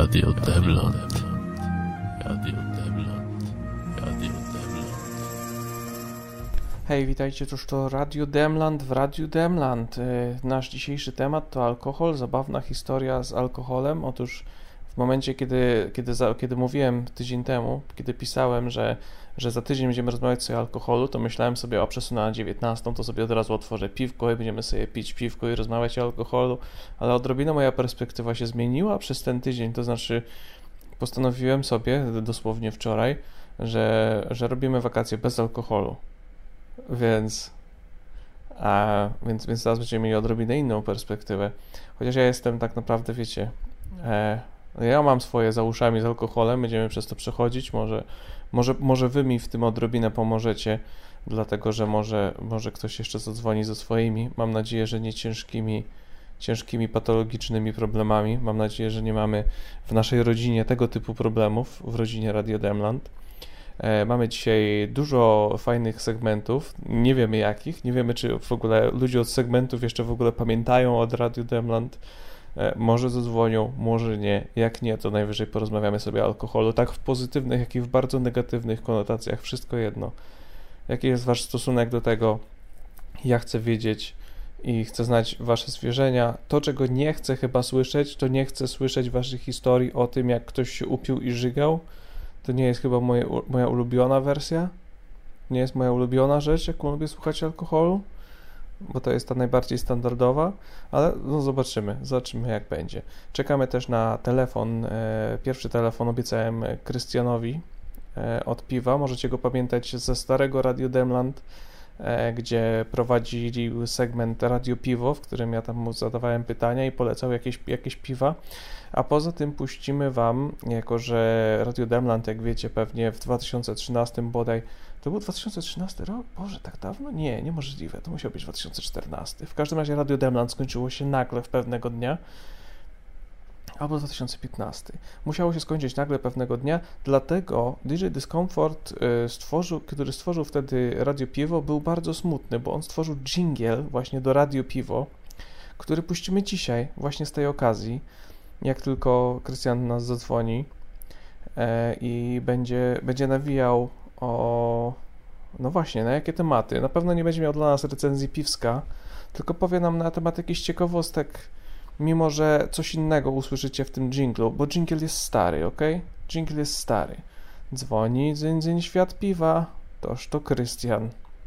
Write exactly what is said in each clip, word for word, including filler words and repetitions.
Radio Demland. Radio Demland. Radio Demland. Hej, witajcie, cóż to Radio Demland w Radiu Demland. Nasz dzisiejszy temat to alkohol, zabawna historia z alkoholem. Otóż w momencie, kiedy, kiedy, za, kiedy mówiłem tydzień temu, kiedy pisałem, że, że za tydzień będziemy rozmawiać sobie o alkoholu, to myślałem sobie, o przesunę na dziewiętnastą, to sobie od razu otworzę piwko i będziemy sobie pić piwko i rozmawiać o alkoholu, ale odrobinę moja perspektywa się zmieniła przez ten tydzień, to znaczy postanowiłem sobie, dosłownie wczoraj, że, że robimy wakacje bez alkoholu, więc... A, więc, więc teraz będziemy mieli odrobinę inną perspektywę, chociaż ja jestem tak naprawdę, wiecie... E, Ja mam swoje za uszami z alkoholem, będziemy przez to przechodzić, może, może, może wy mi w tym odrobinę pomożecie, dlatego że może, może ktoś jeszcze zadzwoni ze swoimi, mam nadzieję, że nie ciężkimi, ciężkimi patologicznymi problemami, mam nadzieję, że nie mamy w naszej rodzinie tego typu problemów, w rodzinie Radio Demland. E, mamy dzisiaj dużo fajnych segmentów, nie wiemy jakich, nie wiemy czy w ogóle ludzie od segmentów jeszcze w ogóle pamiętają od Radio Demland. Może zadzwonią, może nie. Jak nie, to najwyżej porozmawiamy sobie o alkoholu, tak w pozytywnych, jak i w bardzo negatywnych konotacjach, wszystko jedno. Jaki jest wasz stosunek do tego? Ja chcę wiedzieć i chcę znać wasze zwierzenia. To, czego nie chcę chyba słyszeć, to nie chcę słyszeć waszych historii o tym, jak ktoś się upił i żygał. To nie jest chyba moje, moja ulubiona wersja. Nie jest moja ulubiona rzecz, jak lubię słuchać alkoholu, bo to jest ta najbardziej standardowa, ale no zobaczymy, zobaczymy jak będzie. Czekamy też na telefon, e, pierwszy telefon obiecałem Krystianowi e, od piwa, możecie go pamiętać ze starego Radio Demland, e, gdzie prowadzili segment Radio Piwo, w którym ja tam mu zadawałem pytania i polecał jakieś, jakieś piwa, a poza tym puścimy wam, jako że Radio Demland, jak wiecie pewnie w dwa tysiące trzynastym bodaj, to był dwa tysiące trzynasty rok? Boże, tak dawno? Nie, niemożliwe, to musiał być dwa tysiące czternasty. W każdym razie Radio Demland skończyło się nagle w pewnego dnia, albo dwa tysiące piętnasty. Musiało się skończyć nagle pewnego dnia, dlatego D J Discomfort, stworzył, który stworzył wtedy Radio Piwo, był bardzo smutny, bo on stworzył dżingiel właśnie do Radio Piwo, który puścimy dzisiaj, właśnie z tej okazji, jak tylko Krystian nas zadzwoni e, i będzie, będzie nawijał o... no właśnie, na jakie tematy. Na pewno nie będzie miał dla nas recenzji piwska, tylko powie nam na temat jakichś ciekawostek, mimo że coś innego usłyszycie w tym dżinglu, bo dżingiel jest stary, ok? Dżingiel jest stary. Dzwoni, dzyń, dzyń, świat piwa. Toż to Krystian.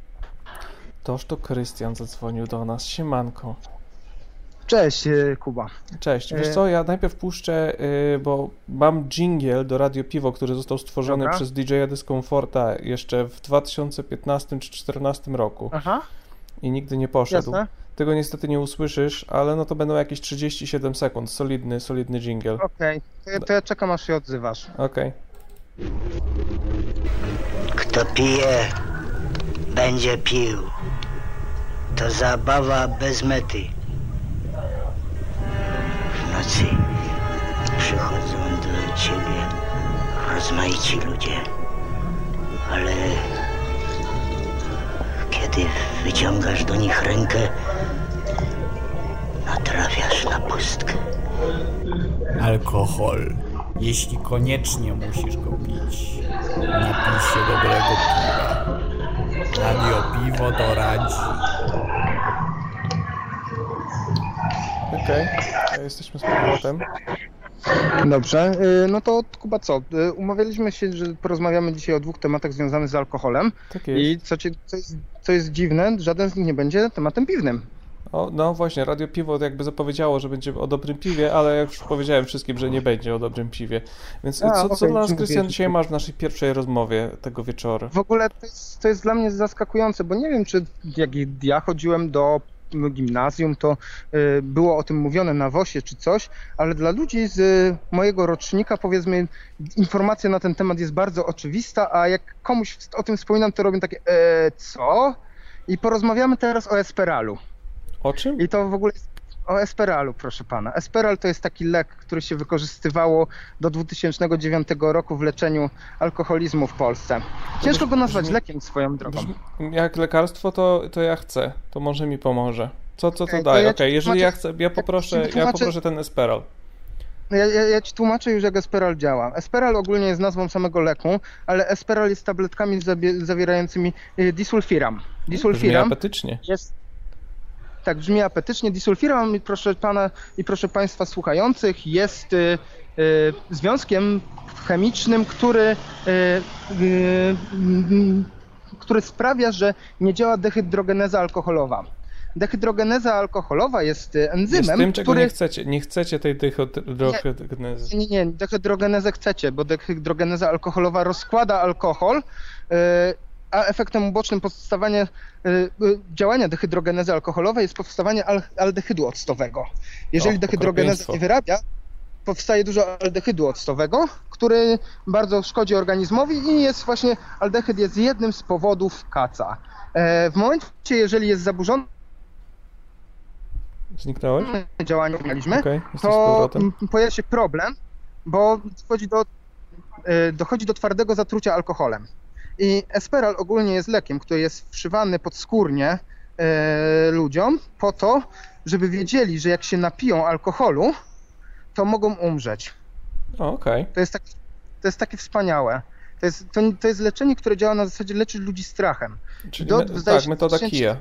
Toż to Krystian zadzwonił do nas. Siemanko. Cześć, Kuba. Cześć. Wiesz co, ja najpierw puszczę, bo mam dżingiel do Radio Piwo, który został stworzony Dobra. przez D J Discomforta jeszcze w dwa tysiące piętnastym czy dwa tysiące czternastym roku. Aha. I nigdy nie poszedł. Jasne. Tego niestety nie usłyszysz, ale no to będą jakieś trzydzieści siedem sekund. Solidny, solidny dżingiel. Okej, okay. to, to ja czekam, aż się odzywasz. Okej. Okay. Kto pije, będzie pił. To zabawa bez mety. W nocy przychodzą do ciebie rozmaici ludzie, ale kiedy wyciągasz do nich rękę, natrafiasz na pustkę. Alkohol. Jeśli koniecznie musisz go pić, napij się dobrego piwa. Radio Piwo to radzi. Okej, okay. Jesteśmy z powrotem. Dobrze, no to Kuba co, umawialiśmy się, że porozmawiamy dzisiaj o dwóch tematach związanych z alkoholem. Tak jest. I co, ci, co, jest, co jest dziwne, żaden z nich nie będzie tematem piwnym. O, no właśnie, Radio Piwo jakby zapowiedziało, że będzie o dobrym piwie, ale jak już powiedziałem wszystkim, że nie będzie o dobrym piwie. Więc A, co, okay, co dla nas, Krystian, dzisiaj masz w naszej pierwszej rozmowie tego wieczoru? W ogóle to jest, to jest dla mnie zaskakujące, bo nie wiem, czy jak ja chodziłem do gimnazjum, to y, było o tym mówione na wosie czy coś, ale dla ludzi z y, mojego rocznika, powiedzmy, informacja na ten temat jest bardzo oczywista, a jak komuś o tym wspominam, to robię takie e, co? I porozmawiamy teraz o Esperalu. O czym? I to w ogóle jest o Esperalu, proszę pana. Esperal to jest taki lek, który się wykorzystywało do dwa tysiące dziewiątego roku w leczeniu alkoholizmu w Polsce. Ciężko go nazwać brzmi, lekiem swoją drogą. Brzmi, jak lekarstwo, to, to ja chcę. To może mi pomoże. Co, co to okay, daje? Okej, okay, jeżeli ja chcę, ja poproszę, ja poproszę ten Esperal. Ja, ja, ja ci tłumaczę już, jak Esperal działa. Esperal ogólnie jest nazwą samego leku, ale Esperal jest tabletkami zabie- zawierającymi y, disulfiram. Brzmi Disulfiram apetycznie. jest... Tak, brzmi apetycznie. Disulfiram, proszę pana i proszę państwa słuchających, jest y, y, związkiem chemicznym, który, y, y, y, który sprawia, że nie działa dehydrogeneza alkoholowa. Dehydrogeneza alkoholowa jest enzymem, jest tym, czego który... nie chcecie. Nie chcecie tej dehydrogenezy. Nie, nie, dehydrogenezę chcecie, bo dehydrogeneza alkoholowa rozkłada alkohol, yy, a efektem ubocznym powstawania, yy, działania dehydrogenezy alkoholowej jest powstawanie al- aldehydu octowego. Jeżeli O, dehydrogeneza okropieństwo. nie wyrabia, powstaje dużo aldehydu octowego, który bardzo szkodzi organizmowi i jest właśnie, aldehyd jest jednym z powodów kaca. Yy, w momencie, jeżeli jest zaburzony Zniknąłeś? działanie organizmu, Okej, jesteś z to powrotem. m, pojawia się problem, bo dochodzi do, y, dochodzi do twardego zatrucia alkoholem. I Esperal ogólnie jest lekiem, który jest wszywany podskórnie y, ludziom po to, żeby wiedzieli, że jak się napiją alkoholu, to mogą umrzeć. O, okej. To jest, tak, to jest takie wspaniałe. To jest, to, to jest leczenie, które działa na zasadzie leczy ludzi strachem. Czyli Do- me, zdaje tak, się, metoda tysięcy- kija.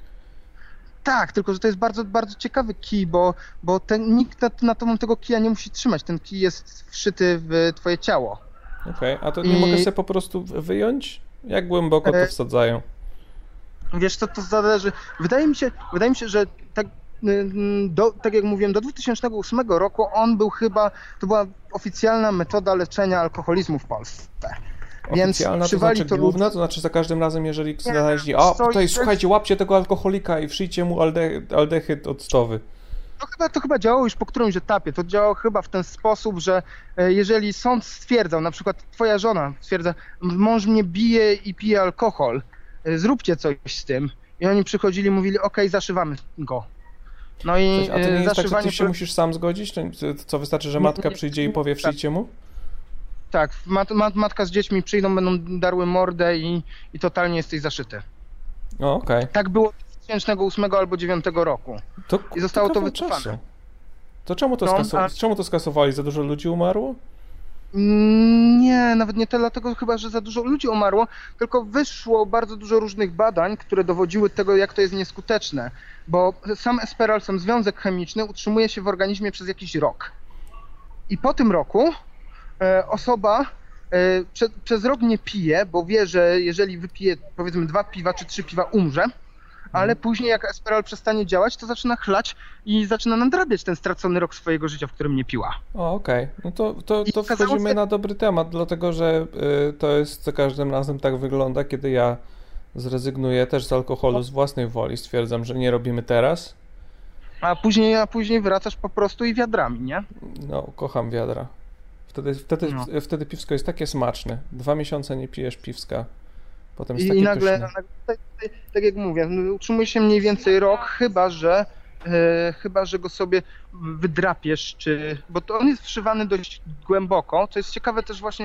Tak, tylko że to jest bardzo, bardzo ciekawy kij, bo, bo ten, nikt na, na tobą tego kija nie musi trzymać. Ten kij jest wszyty w twoje ciało. Okej, a to nie I- mogę sobie po prostu wyjąć? Jak głęboko to E, wsadzają? Wiesz co, to zależy. Wydaje mi się, wydaje mi się, że tak, mm, do, tak jak mówiłem, do dwa tysiące ósmego roku on był chyba, to była oficjalna metoda leczenia alkoholizmu w Polsce. Więc Oficjalna, to wszywali znaczy to główna? ludzie- To znaczy za każdym razem, jeżeli Nie, znaleźli, wiesz o, co, tutaj jest- słuchajcie, łapcie tego alkoholika i wszyjcie mu alde, aldehyd octowy. To chyba, to chyba działało już po którymś etapie. To działało chyba w ten sposób, że e, jeżeli sąd stwierdzał, na przykład twoja żona stwierdza, mąż mnie bije i pije alkohol, e, zróbcie coś z tym. I oni przychodzili i mówili, okej, zaszywamy go. No i Coś, a to nie e, jest tak, że zaszywanie... ty się musisz sam zgodzić? To, co wystarczy, że Nie, matka nie, przyjdzie i nie, powie, tak. wszyjcie mu? Tak, mat, mat, matka z dziećmi przyjdą, będą darły mordę i, i totalnie jesteś zaszyty. O, okej. Tak było dwa tysiące ósmego albo dwa tysiące dziewiątego roku. To, I zostało to kawał wycofane. czasu. To czemu to, No, skaso- a- czemu to skasowali? Za dużo ludzi umarło? Mm, Nie, nawet nie tyle dlatego chyba, że za dużo ludzi umarło, tylko wyszło bardzo dużo różnych badań, które dowodziły tego, jak to jest nieskuteczne. Bo sam Esperal, sam związek chemiczny utrzymuje się w organizmie przez jakiś rok. I po tym roku e, osoba e, prze, przez rok nie pije, bo wie, że jeżeli wypije powiedzmy dwa piwa czy trzy piwa, umrze. Ale później jak Esperal przestanie działać, to zaczyna chlać i zaczyna nadrabiać ten stracony rok swojego życia, w którym nie piła. O, okej. No to, to, I to okazało wchodzimy się- na dobry temat, dlatego że y, to jest za każdym razem tak wygląda, kiedy ja zrezygnuję też z alkoholu z własnej woli. Stwierdzam, że nie robimy teraz. A później, a później wracasz po prostu i wiadrami, nie? No, kocham wiadra. Wtedy, wtedy, No. wtedy piwsko jest takie smaczne. Dwa miesiące nie pijesz piwska. Potem jest I, takie i nagle, pyszne. nagle tak, tak, tak jak mówię, no, utrzymuje się mniej więcej rok, chyba że e, chyba że go sobie wydrapiesz, czy, bo to on jest wszywany dość głęboko, co jest ciekawe też właśnie,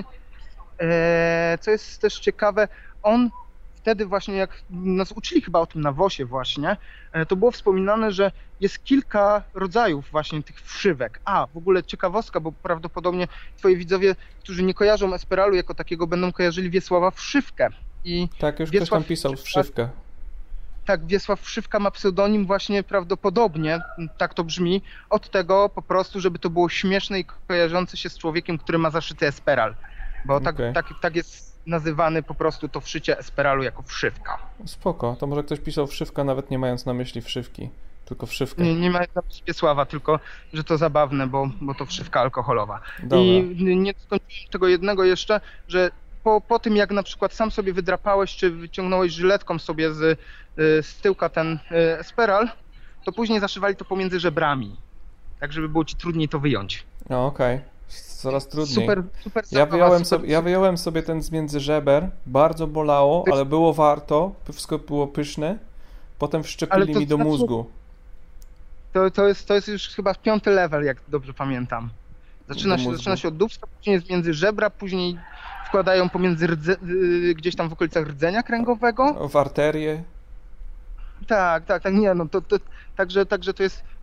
e, co jest też ciekawe, on wtedy właśnie jak nas uczyli chyba o tym na WOS-ie właśnie, e, to było wspominane, że jest kilka rodzajów właśnie tych wszywek. A, w ogóle ciekawostka, bo prawdopodobnie twoi widzowie, którzy nie kojarzą Esperalu jako takiego, będą kojarzyli Wiesława Wszywkę. I Tak, już ktoś Wiesław tam pisał Wszywka- wszywkę. tak, Wiesław Wszywka ma pseudonim właśnie prawdopodobnie, tak to brzmi, od tego po prostu, żeby to było śmieszne i kojarzące się z człowiekiem, który ma zaszyty Esperal. Bo tak, Okej. tak, tak jest nazywany po prostu to wszycie Esperalu jako wszywka. Spoko, to może ktoś pisał wszywka, nawet nie mając na myśli wszywki, tylko wszywkę. Nie, nie ma na myśli Wiesława, tylko że to zabawne, bo, bo to wszywka alkoholowa. Dobra. I nie skończyłem tego jednego jeszcze, że po, po tym jak na przykład sam sobie wydrapałeś, czy wyciągnąłeś żyletką sobie z, y, z tyłka ten y, Esperal, to później zaszywali to pomiędzy żebrami, tak żeby było ci trudniej to wyjąć. No okej, coraz trudniej. Super, super Ja zabawa, wyjąłem, super, sobie, ja wyjąłem sobie ten z między żeber, bardzo bolało, ale było warto, wszystko było pyszne. Potem wszczepili Ale to mi do znaczy- mózgu. To, to, jest, to jest już chyba piąty level, jak dobrze pamiętam. Zaczyna Do się, mózgu. zaczyna się od dubska, później jest między żebra, później wkładają pomiędzy rdze, y, gdzieś tam w okolicach rdzenia kręgowego. W arterię. Tak, tak, tak, nie, no to, to także, także to jest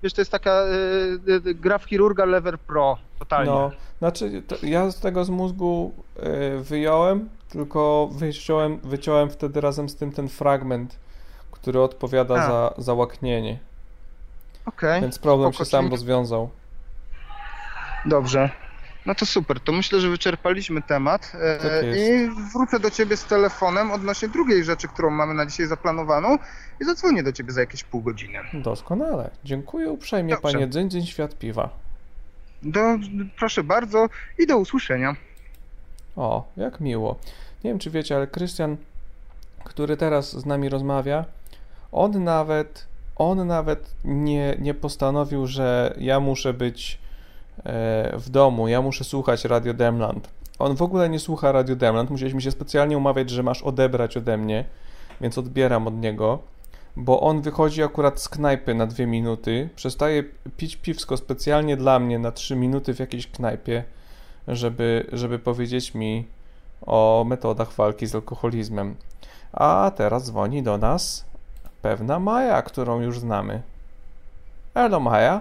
wiesz, to jest taka y, y, gra w chirurga Lever Pro, totalnie. No, znaczy to, ja z tego z mózgu y, wyjąłem, tylko wyciąłem, wyciąłem wtedy razem z tym ten fragment, który odpowiada za, za łaknienie. Okej. Okay. Więc problem Spoko, się sam czyli... rozwiązał. Dobrze. No to super, to myślę, że wyczerpaliśmy temat Tak jest. i wrócę do ciebie z telefonem odnośnie drugiej rzeczy, którą mamy na dzisiaj zaplanowaną i zadzwonię do ciebie za jakieś pół godziny. Doskonale. Dziękuję uprzejmie, Dobrze. panie Dzyń Dzyń Świat Piwa. Do, proszę bardzo i do usłyszenia. O, jak miło. Nie wiem, czy wiecie, ale Krystian, który teraz z nami rozmawia, on nawet, on nawet nie, nie postanowił, że ja muszę być e, w domu, ja muszę słuchać Radio Demland. On w ogóle nie słucha Radio Demland, musieliśmy się specjalnie umawiać, że masz odebrać ode mnie, więc odbieram od niego, bo on wychodzi akurat z knajpy na dwie minuty, przestaje pić piwsko specjalnie dla mnie na trzy minuty w jakiejś knajpie, żeby, żeby powiedzieć mi o metodach walki z alkoholizmem. A teraz dzwoni do nas pewna Maja, którą już znamy. Elo, Maja.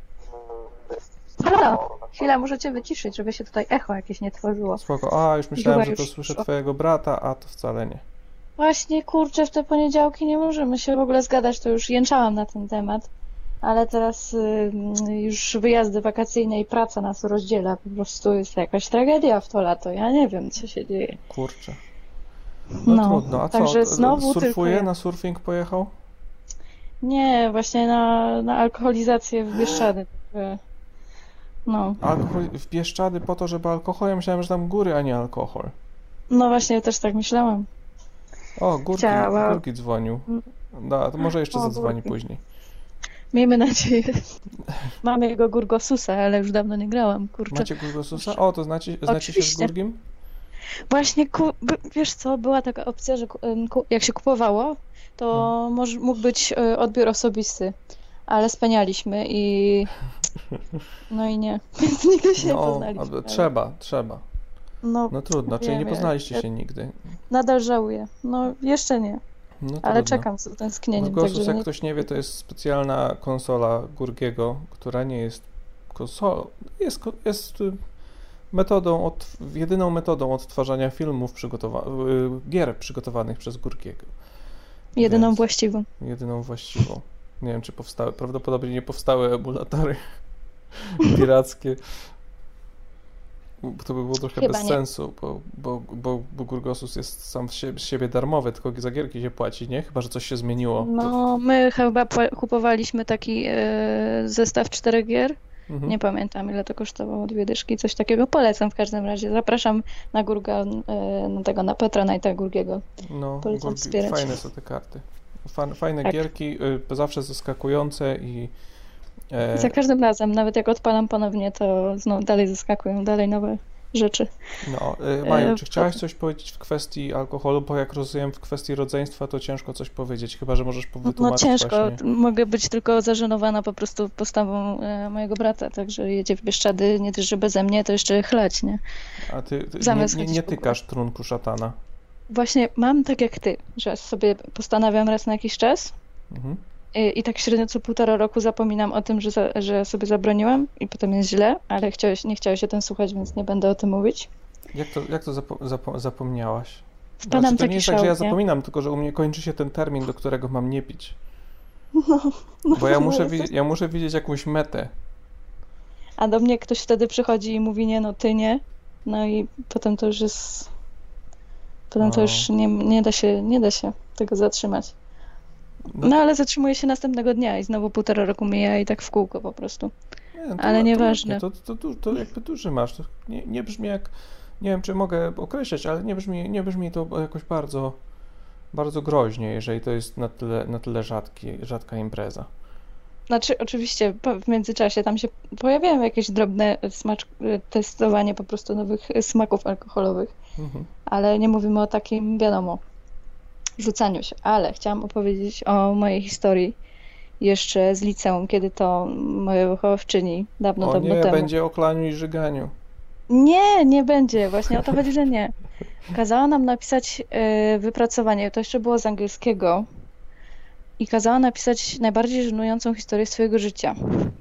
Halo, chwila, muszę cię wyciszyć, żeby się tutaj echo jakieś nie tworzyło. Spoko. A, już myślałem, Chyba że to już słyszę szło. twojego brata, a to wcale nie. Właśnie, kurczę, w te poniedziałki nie możemy się w ogóle zgadać, to już jęczałam na ten temat, ale teraz y, już wyjazdy wakacyjne i praca nas rozdziela, po prostu jest jakaś tragedia w to lato, ja nie wiem, co się dzieje. Kurczę. No, No, trudno. A także co, znowu surfuje? tylko ja. Na surfing pojechał? Nie, właśnie na, na alkoholizację w Bieszczady. także, No. Alkohol w Bieszczady po to, żeby alkohol? Ja myślałem, że tam góry, a nie alkohol. no właśnie, też tak myślałam. O, Górki, Chciała- Górki dzwonił. Da, to może jeszcze O, zadzwoni Górki. później. Miejmy nadzieję. Mamy jego Gurgosusa, ale już dawno nie grałam, kurczę. Macie Gurgosusa? O, to znacie, znacie się z Oczywiście. Gurgim? Właśnie, ku, by- wiesz co, była taka opcja, że ku, em, ku, jak się kupowało, to Hmm. może, mógł być e, odbiór osobisty, ale spenialiśmy i no i nie, więc nigdy się nie No, poznaliśmy. aby- ale- trzeba, trzeba. No, No trudno, czyli nie wiem, poznaliście ja- się nigdy. nadal żałuję. No, jeszcze nie, No ale trudno. czekam z utęsknieniem. Gurgosus, Także jak nie... ktoś nie wie, to jest specjalna konsola Gurgiego, która nie jest konsolą, jest, ko- jest y, metodą, od, jedyną metodą odtwarzania filmów, przygotowa- y, gier przygotowanych przez Gurgiego. Jedyną więc- właściwą. Jedyną właściwą. Nie wiem, czy powstały, prawdopodobnie nie powstały emulatory pirackie. To by było trochę Chyba bez nie. sensu, bo, bo, bo, bo Gurgosus jest sam z siebie, z siebie darmowy, tylko za gierki się płaci, nie? Chyba że coś się zmieniło. No, my chyba pła- kupowaliśmy taki e, zestaw czterech gier. Mhm. Nie pamiętam, ile to kosztowało, dwie dyszki, coś takiego. Polecam w każdym razie. Zapraszam na Gurga, e, na tego, na Patronite'a Gurgiego. No, Polecam Gurgi- wspierać. fajne są te karty. Fan, fajne Tak. gierki, y, zawsze zaskakujące i e, Za każdym razem, nawet jak odpalam ponownie, to znowu dalej zaskakują, dalej nowe rzeczy. no, y, Maju, e, czy chciałaś coś powiedzieć w kwestii alkoholu? Bo jak rozumiem, w kwestii rodzeństwa to ciężko coś powiedzieć, chyba że możesz No wytłumaczyć ciężko, właśnie. mogę być tylko zażenowana po prostu postawą e, mojego brata, także jedzie w Bieszczady, nie też, że beze mnie, to jeszcze chlać, nie? A ty, ty nie, Zamiast nie, chodzić nie po górach. tykasz trunku szatana. Właśnie mam tak jak ty, że sobie postanawiam raz na jakiś czas Mhm. i, i tak średnio co półtora roku zapominam o tym, że, za, że sobie zabroniłam i potem jest źle, ale chciałeś, nie chciałeś o tym słuchać, więc nie będę o tym mówić. Jak to, jak to zapo- zapo- zapomniałaś? Wpadam Znaczy, w to taki nie jest tak, że ja szał, nie? zapominam, tylko że u mnie kończy się ten termin, do którego mam nie pić. No, no, Bo ja no, muszę, jesteś- wi- ja muszę widzieć jakąś metę. A do mnie ktoś wtedy przychodzi i mówi nie, no ty nie. No i potem to już jest... Potem to O. już nie, nie da się, nie da się tego zatrzymać. No, No ale zatrzymuje się następnego dnia i znowu półtora roku mija i tak w kółko po prostu. nie, no to, ale to nieważne. ładnie, To, to, to, to jakby duży masz. To nie, nie brzmi jak... Nie wiem, czy mogę określać, ale nie brzmi, nie brzmi to jakoś bardzo, bardzo groźnie, jeżeli to jest na tyle, na tyle rzadki, rzadka impreza. Znaczy oczywiście po- w międzyczasie tam się pojawiają jakieś drobne smacz, testowanie po prostu nowych smaków alkoholowych, Mhm. ale nie mówimy o takim, wiadomo, rzucaniu się. Ale chciałam opowiedzieć o mojej historii jeszcze z liceum, kiedy to moja wychowawczyni dawno, O dawno nie, temu. będzie o klaniu i żyganiu. Nie, nie będzie. Właśnie o to chodzi, że nie. Kazała nam napisać y, wypracowanie. To jeszcze było z angielskiego. i kazała napisać najbardziej żenującą historię swojego życia.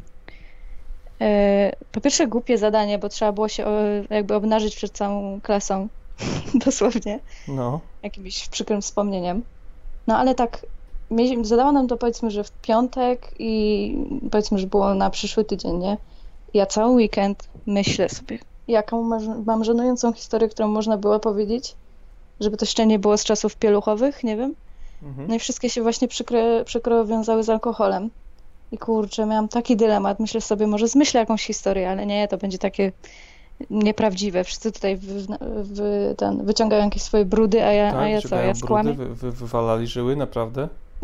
E, po pierwsze głupie zadanie, bo trzeba było się o, jakby obnażyć przed całą klasą, dosłownie, No. jakimś przykrym wspomnieniem. No ale tak, mieli- zadała nam to powiedzmy, że w piątek i powiedzmy, że było na przyszły tydzień, nie? Ja cały weekend myślę sobie, jaką maż- mam żenującą historię, którą można było powiedzieć, żeby to jeszcze nie było z czasów pieluchowych, nie wiem. Mhm. No i wszystkie się właśnie przykro, przykro wiązały z alkoholem. I kurczę, miałam taki dylemat. Myślę sobie, może zmyślę jakąś historię, ale nie, to będzie takie nieprawdziwe. Wszyscy tutaj wy, wy, ten, wyciągają jakieś swoje brudy, a ja, Tak, a ja co, wyciągają ja brudy, skłamię? wy, wy, wywalali żyły, naprawdę?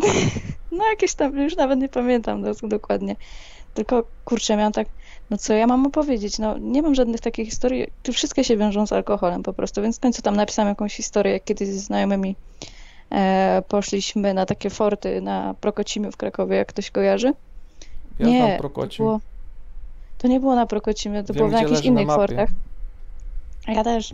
No jakieś tam, już nawet nie pamiętam do- dokładnie. Tylko kurczę, miałam tak, no co ja mam opowiedzieć? No nie mam żadnych takich historii, tu wszystkie się wiążą z alkoholem po prostu, więc w końcu tam napisałam jakąś historię, jak kiedyś ze znajomymi e, poszliśmy na takie forty na Prokocimiu w Krakowie, jak ktoś kojarzy. Ja nie, znam to Prokocim. było, to nie było na Prokocimiu, to Wiem, było na gdzie jakichś leży na innych mapie. fortach. A ja też.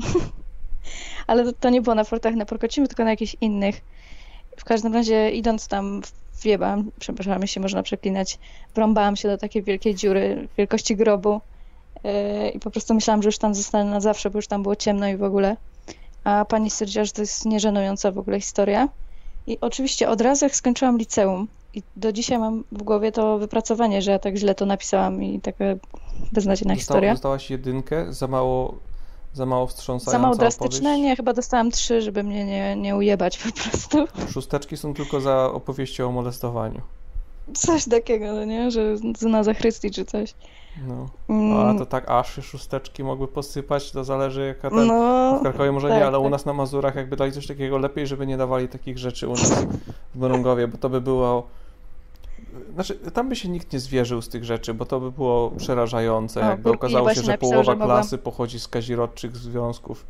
Ale to, to nie było na fortach na Prokocimiu, tylko na jakichś innych. W każdym razie idąc tam wjebałam, przepraszam, jeśli można przeklinać, wrąbałam się do takiej wielkiej dziury wielkości grobu yy, i po prostu myślałam, że już tam zostanę na zawsze, bo już tam było ciemno i w ogóle. A pani stwierdziła, że to jest nieżenująca w ogóle historia. I oczywiście od razu jak skończyłam liceum i do dzisiaj mam w głowie to wypracowanie, że ja tak źle to napisałam i taka beznadziejna Dostała, historia. dostałaś jedynkę, za mało, za mało wstrząsająca Za mało drastyczne? opowieść. Nie, chyba dostałam trzy, żeby mnie nie, nie ujebać po prostu. Szósteczki są tylko za opowieścią o molestowaniu. Coś takiego, no nie? Że zna Zachrystii czy coś. No. Mm, A to tak aż się szósteczki mogły posypać, to zależy jaka ten... no, W Krakowie może tak, nie, ale u tak. nas na Mazurach jakby dali coś takiego, lepiej, żeby nie dawali takich rzeczy u nas w Mrągowie, bo to by było... Znaczy, tam by się nikt nie zwierzył z tych rzeczy, bo to by było przerażające, O, jakby Górki okazało się, właśnie że napisał, połowa że mogłam- klasy pochodzi z kazirodczych związków.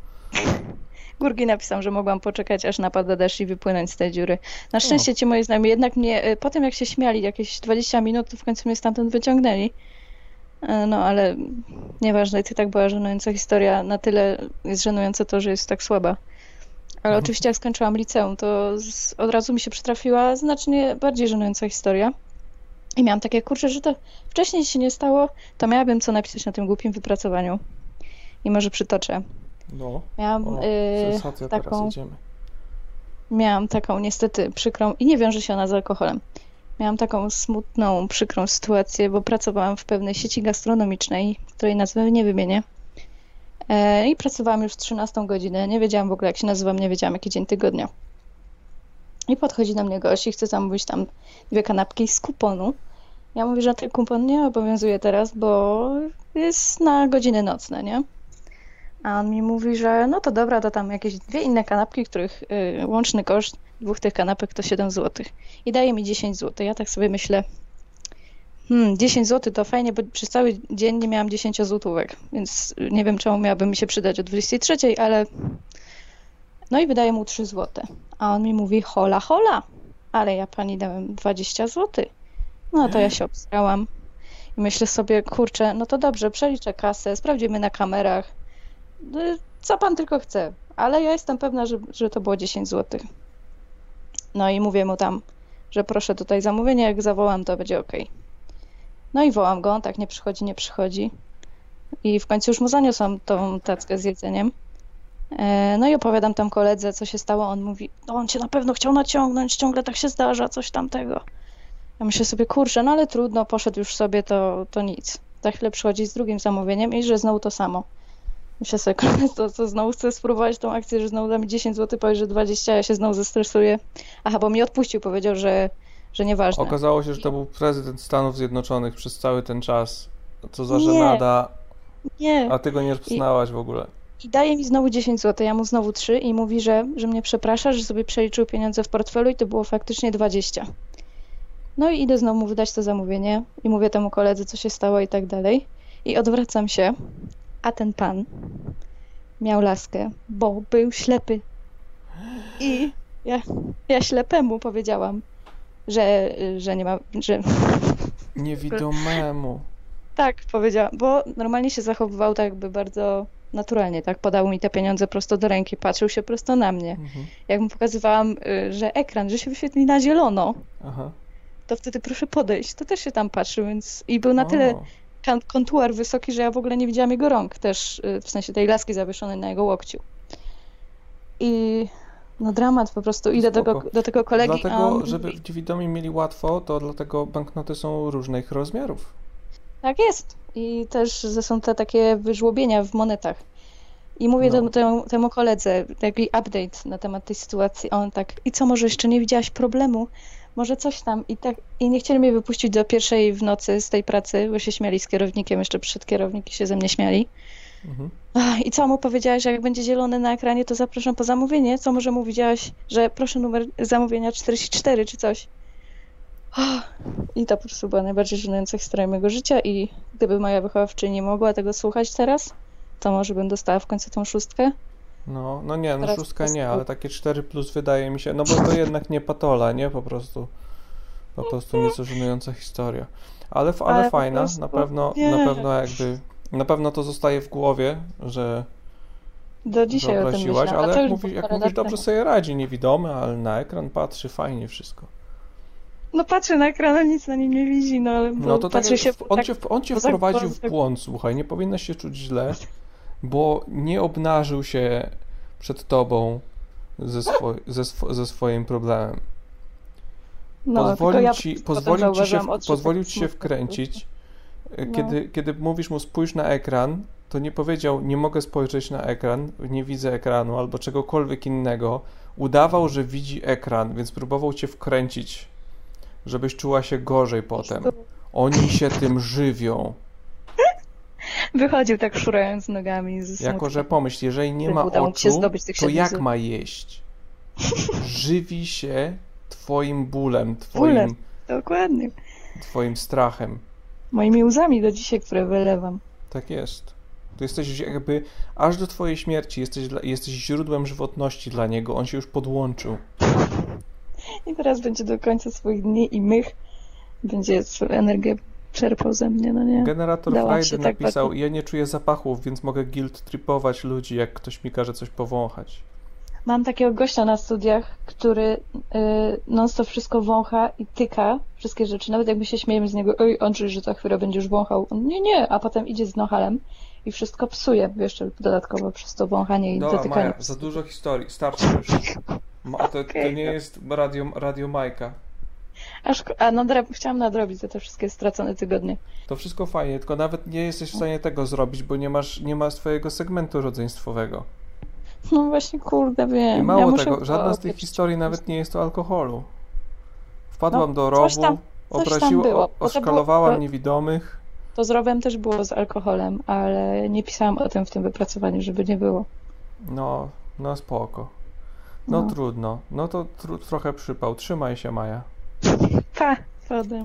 Górki napisał, że mogłam poczekać, aż napada deszcz i wypłynąć z tej dziury. Na szczęście ci moi znajomi jednak mnie, y, po tym jak się śmiali jakieś dwadzieścia minut, to w końcu mnie stamtąd wyciągnęli. E, No ale nieważne, i to tak była żenująca historia. Na tyle jest żenujące to, że jest tak słaba. Ale oczywiście jak skończyłam liceum, to z, od razu mi się przytrafiła znacznie bardziej żenująca historia. I miałam takie, kurczę, że to wcześniej się nie stało, to miałabym co napisać na tym głupim wypracowaniu. I może przytoczę. No, Miałam o, y, sensacja, teraz taką, jedziemy. miałam taką niestety przykrą, i nie wiąże się ona z alkoholem. Miałam taką smutną, przykrą sytuację, bo pracowałam w pewnej sieci gastronomicznej, której nazwy nie wymienię. E, I pracowałam już trzynastą godzinę. Nie wiedziałam w ogóle, jak się nazywam, nie wiedziałam, jaki dzień tygodnia. I podchodzi do mnie gość i chce zamówić tam dwie kanapki z kuponu. Ja mówię, że ten kupon nie obowiązuje teraz, bo jest na godziny nocne, nie? A on mi mówi, że no to dobra, to tam jakieś dwie inne kanapki, których y, łączny koszt dwóch tych kanapek to siedem złotych. I daje mi dziesięć złotych. Ja tak sobie myślę, hmm, dziesięć złotych to fajnie, bo przez cały dzień nie miałam dziesięć złotówek, więc nie wiem, czemu miałaby mi się przydać o dwudziestej trzeciej, ale no i wydaję mu trzy złote. A on mi mówi, hola, hola, ale ja pani dałem dwadzieścia złotych. No to ja się obstrałam i myślę sobie, kurczę, no to dobrze, przeliczę kasę, sprawdzimy na kamerach, co pan tylko chce, ale ja jestem pewna, że, że to było dziesięć złotych. No i mówię mu tam, że proszę tutaj zamówienie, jak zawołam, to będzie okej. No i wołam go, on tak nie przychodzi, nie przychodzi. I w końcu już mu zaniosłam tą tackę z jedzeniem. E, No i opowiadam tam koledze, co się stało. On mówi, no on cię na pewno chciał naciągnąć, ciągle tak się zdarza, coś tamtego. Ja myślę sobie, kurczę, no ale trudno, poszedł już sobie, to, to nic. Za chwilę przychodzi z drugim zamówieniem i że znowu to samo. Myślę sobie, to, to znowu chcę spróbować tą akcję, że znowu da mi dziesięć złotych, powie, że dwadzieścia, ja się znowu zestresuję. Aha, bo mi odpuścił, powiedział, że, że nieważne. Okazało się, że to był prezydent Stanów Zjednoczonych przez cały ten czas. Co za Nie. żenada. Nie. A ty go nie rozpoznałaś w ogóle. I daje mi znowu dziesięć złotych, ja mu znowu trzy i mówi, że, że mnie przeprasza, że sobie przeliczył pieniądze w portfelu i to było faktycznie dwadzieścia. No i idę znowu mu wydać to zamówienie i mówię temu koledze, co się stało i tak dalej. I odwracam się, a ten pan miał laskę, bo był ślepy. I ja, ja ślepemu powiedziałam, że, że nie ma, że Niewidomemu. tak powiedziałam, bo normalnie się zachowywał tak jakby bardzo naturalnie, tak? Podał mi te pieniądze prosto do ręki, patrzył się prosto na mnie. Mhm. Jak mu pokazywałam, y, że ekran, że się wyświetli na zielono, Aha. to wtedy proszę podejść. To też się tam patrzy, więc i był na tyle O, kan- kontuar wysoki, że ja w ogóle nie widziałam jego rąk też, y, w sensie tej laski zawieszonej na jego łokciu. I no dramat po prostu. Idę do, spoko. go- do tego kolegi, a Dlatego, on żeby mówi, widomi mieli łatwo, to dlatego banknoty są różnych rozmiarów. tak jest. I też że są te takie wyżłobienia w monetach. I mówię No. temu, temu, temu koledze, taki update na temat tej sytuacji, a on tak, i co, może jeszcze nie widziałaś problemu? Może coś tam. I tak, i nie chcieli mnie wypuścić do pierwszej w nocy z tej pracy, bo się śmiali z kierownikiem, jeszcze przyszedł kierownik i się ze mnie śmiali. Mhm. Ach, I co mu powiedziałaś, że jak będzie zielone na ekranie, to zapraszam po zamówienie? Co może mu widziałaś, że proszę numer zamówienia czterdzieści cztery czy coś? Ach, I to po prostu była najbardziej żenująca historia mojego życia i gdyby moja wychowawczyni nie mogła tego słuchać teraz, to może bym dostała w końcu tą szóstkę. No, no nie, no Teraz szóstka to nie, jest- ale takie cztery plus wydaje mi się, no bo to jednak nie patola, nie? Po prostu, po prostu nieco żenująca historia. Ale, f- ale Ale po fajna, prostu na pewno, nie. na pewno jakby, na pewno to zostaje w głowie, że, Do że dzisiaj o tym obraziłaś, myślę. a ale to jak już mówisz, było jak parę mówisz, lat dobrze temu. sobie radzi, niewidomy, ale na ekran patrzy, fajnie wszystko. No patrzę na ekran, a nic na nim nie widzi, no ale No to tak, patrzy się on tak, cię, on cię poza- wprowadził w poza- błąd, słuchaj, nie powinnaś się czuć źle, bo nie obnażył się przed tobą ze, swo, ze, swo, ze swoim problemem. no, Pozwolił tylko ja ci, potem pozwolił ci się, zauważyłam w- odcisk pozwolił taki ci się smutny. wkręcić. No. Kiedy, kiedy mówisz mu spójrz na ekran, to nie powiedział nie mogę spojrzeć na ekran, nie widzę ekranu albo czegokolwiek innego. Udawał, że widzi ekran, więc próbował cię wkręcić, żebyś czuła się gorzej potem. Oni się tym żywią. Wychodził tak szurając nogami ze Jako, że pomyśl, jeżeli nie ma Udało mu się oczu, zdobyć tych to jak siedmiu ma jeść? Żywi się twoim bólem, twoim, Bólem. Dokładnie. twoim strachem. Moimi łzami do dzisiaj, które wylewam. Tak jest. To jesteś jakby aż do twojej śmierci, jesteś, dla, jesteś źródłem żywotności dla niego, on się już podłączył. I teraz będzie do końca swoich dni i mych będzie swoją energię czerpał ze mnie, no nie? Generator Dałam Friday się tak napisał, bardzo- ja nie czuję zapachów, więc mogę guilt tripować ludzi, jak ktoś mi każe coś powąchać. Mam takiego gościa na studiach, który y, non-stop wszystko wącha i tyka wszystkie rzeczy. Nawet jak my się śmiejemy z niego, oj, Andrzej, że za chwilę będziesz wąchał. On, nie, nie, a potem idzie z nochalem i wszystko psuje, jeszcze dodatkowo przez to wąchanie i Dobra, dotykanie. Maja, za dużo historii, starczy już. Ma, to, to Okej, nie no. jest radio, radio Majka. Aż, a nadra- chciałam nadrobić za te wszystkie stracone tygodnie. To wszystko fajnie, tylko nawet nie jesteś w stanie tego zrobić, bo nie masz, nie ma swojego segmentu rodzeństwowego. No właśnie, kurde, wiem. I mało ja muszę tego, żadna z tych opieprzyć. historii nawet nie jest o alkoholu. Wpadłam No, do coś rowu, tam- coś tam obraziło, było, o- bo to było- oszkalowałam to- niewidomych. To z rowem też było z alkoholem, ale nie pisałam o tym w tym wypracowaniu, żeby nie było. No, no spoko. No, No. trudno. No to tru, trochę przypał. Trzymaj się, Maja. Pa, potem.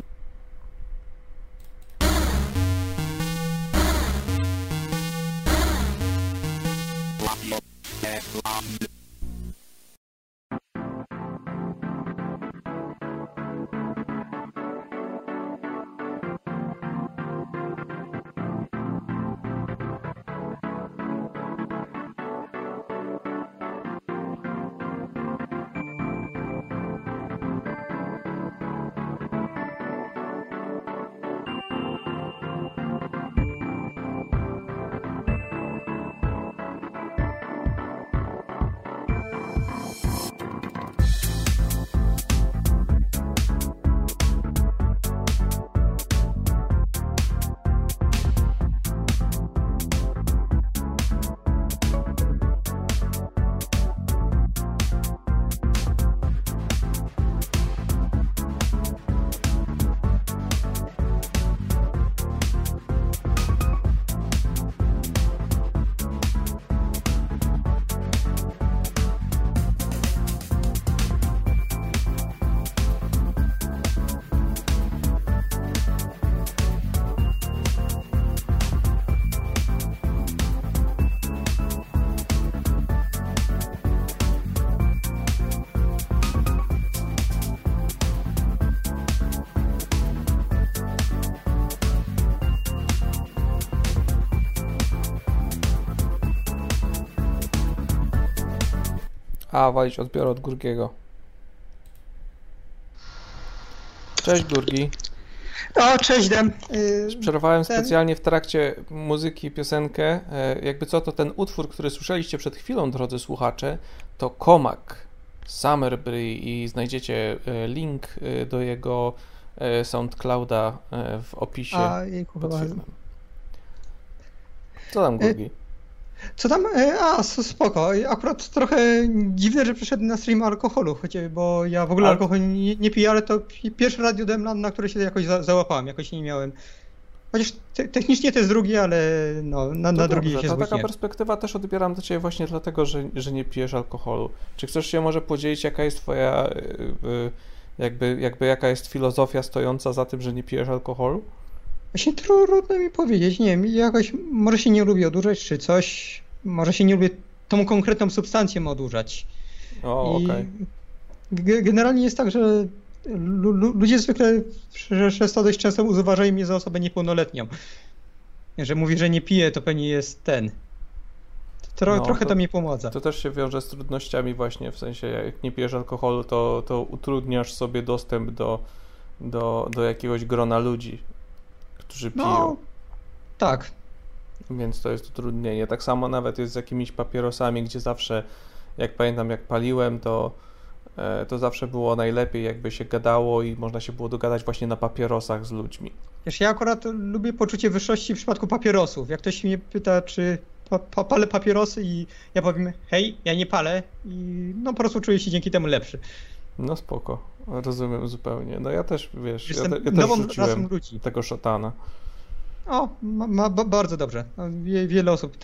A, walić odbiorę od Górkiego. Cześć Gurgi. O, cześć Dem. Yy, Przerwałem ten... specjalnie w trakcie muzyki piosenkę. Jakby co, to ten utwór, który słyszeliście przed chwilą, drodzy słuchacze, to Komak Summerbury i znajdziecie link do jego SoundClouda w opisie A, pod filmem. Co tam, Gurgi? Co tam? A, spoko. Akurat trochę dziwne, że przyszedł na stream alkoholu, chociaż, bo ja w ogóle A... alkohol nie, nie piję, ale to pierwszy Radio Demland, na które się jakoś za, załapałem, jakoś nie miałem. Chociaż te, technicznie to jest drugi, ale no, na, na drugi się To zgłosiłem. taka perspektywa też odbieram do ciebie właśnie dlatego, że, że nie pijesz alkoholu. Czy chcesz się może podzielić, jaka jest twoja, jakby, jakby jaka jest filozofia stojąca za tym, że nie pijesz alkoholu? Właśnie trudno mi powiedzieć, nie wiem, jakoś może się nie lubię odurzać, czy coś, może się nie lubię tą konkretną substancję odurzać. O, okej. Okay. Generalnie jest tak, że ludzie zwykle przez to dość często uważają mnie za osobę niepełnoletnią. Że mówi, że nie pije, to pewnie jest ten. Tro, no, trochę to, to mnie pomoże. To też się wiąże z trudnościami właśnie, w sensie jak nie pijesz alkoholu, to, to utrudniasz sobie dostęp do, do, do jakiegoś grona ludzi, którzy piją. No, tak. Więc to jest utrudnienie. Tak samo nawet jest z jakimiś papierosami, gdzie zawsze, jak pamiętam, jak paliłem, to to zawsze było najlepiej, jakby się gadało i można się było dogadać właśnie na papierosach z ludźmi. Wiesz, ja akurat lubię poczucie wyższości w przypadku papierosów. Jak ktoś mnie pyta, czy pa, pa, palę papierosy i ja powiem, hej, ja nie palę i no po prostu czuję się dzięki temu lepszy. No spoko, rozumiem zupełnie. No ja też, wiesz, Jestem ja, te, ja nową też rzuciłem rasą ludzi. tego szatana. O, ma, ma bardzo dobrze. Wie, wiele osób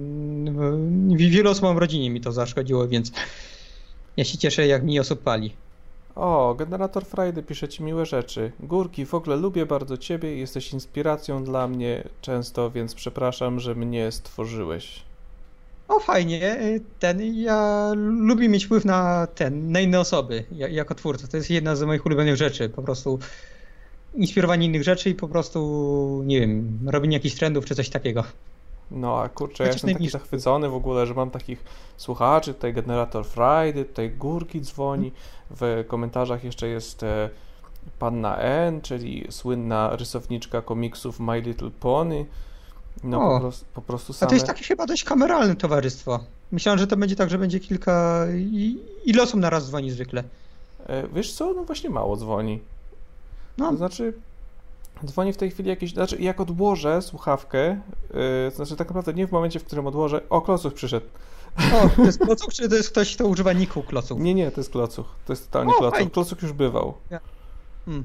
ten, wiele osób mam w rodzinie mi to zaszkodziło, więc ja się cieszę, jak mi osób pali. O, Generator Friday pisze ci miłe rzeczy. Górki, w ogóle lubię bardzo ciebie i jesteś inspiracją dla mnie często, więc przepraszam, że mnie stworzyłeś. O, fajnie. Ten, ja lubię mieć wpływ na ten, na inne osoby, jako twórca. To jest jedna z moich ulubionych rzeczy. Po prostu inspirowanie innych rzeczy i po prostu, nie wiem, robienie jakichś trendów czy coś takiego. No a kurczę, ja jestem taki zachwycony w ogóle, że mam takich słuchaczy, tutaj Generator Friday, tutaj Górki dzwoni, w komentarzach jeszcze jest e, Panna N, czyli słynna rysowniczka komiksów My Little Pony. No o, po, prostu, po prostu same... A to jest takie chyba dość kameralne towarzystwo. Myślałem, że to będzie tak, że będzie kilka... I, ile osób na raz dzwoni zwykle? E, wiesz co, no właśnie mało dzwoni. No. To znaczy... Dzwoni w tej chwili jakieś, znaczy jak odłożę słuchawkę, yy, to znaczy tak naprawdę nie w momencie, w którym odłożę, o, Klocuch przyszedł. O, to jest Klocuch, czy to jest ktoś, kto używa niku Klocuch? Nie, nie, to jest Klocuch, to jest totalnie Klocuch. Klocuch już bywał. Ja. Hmm.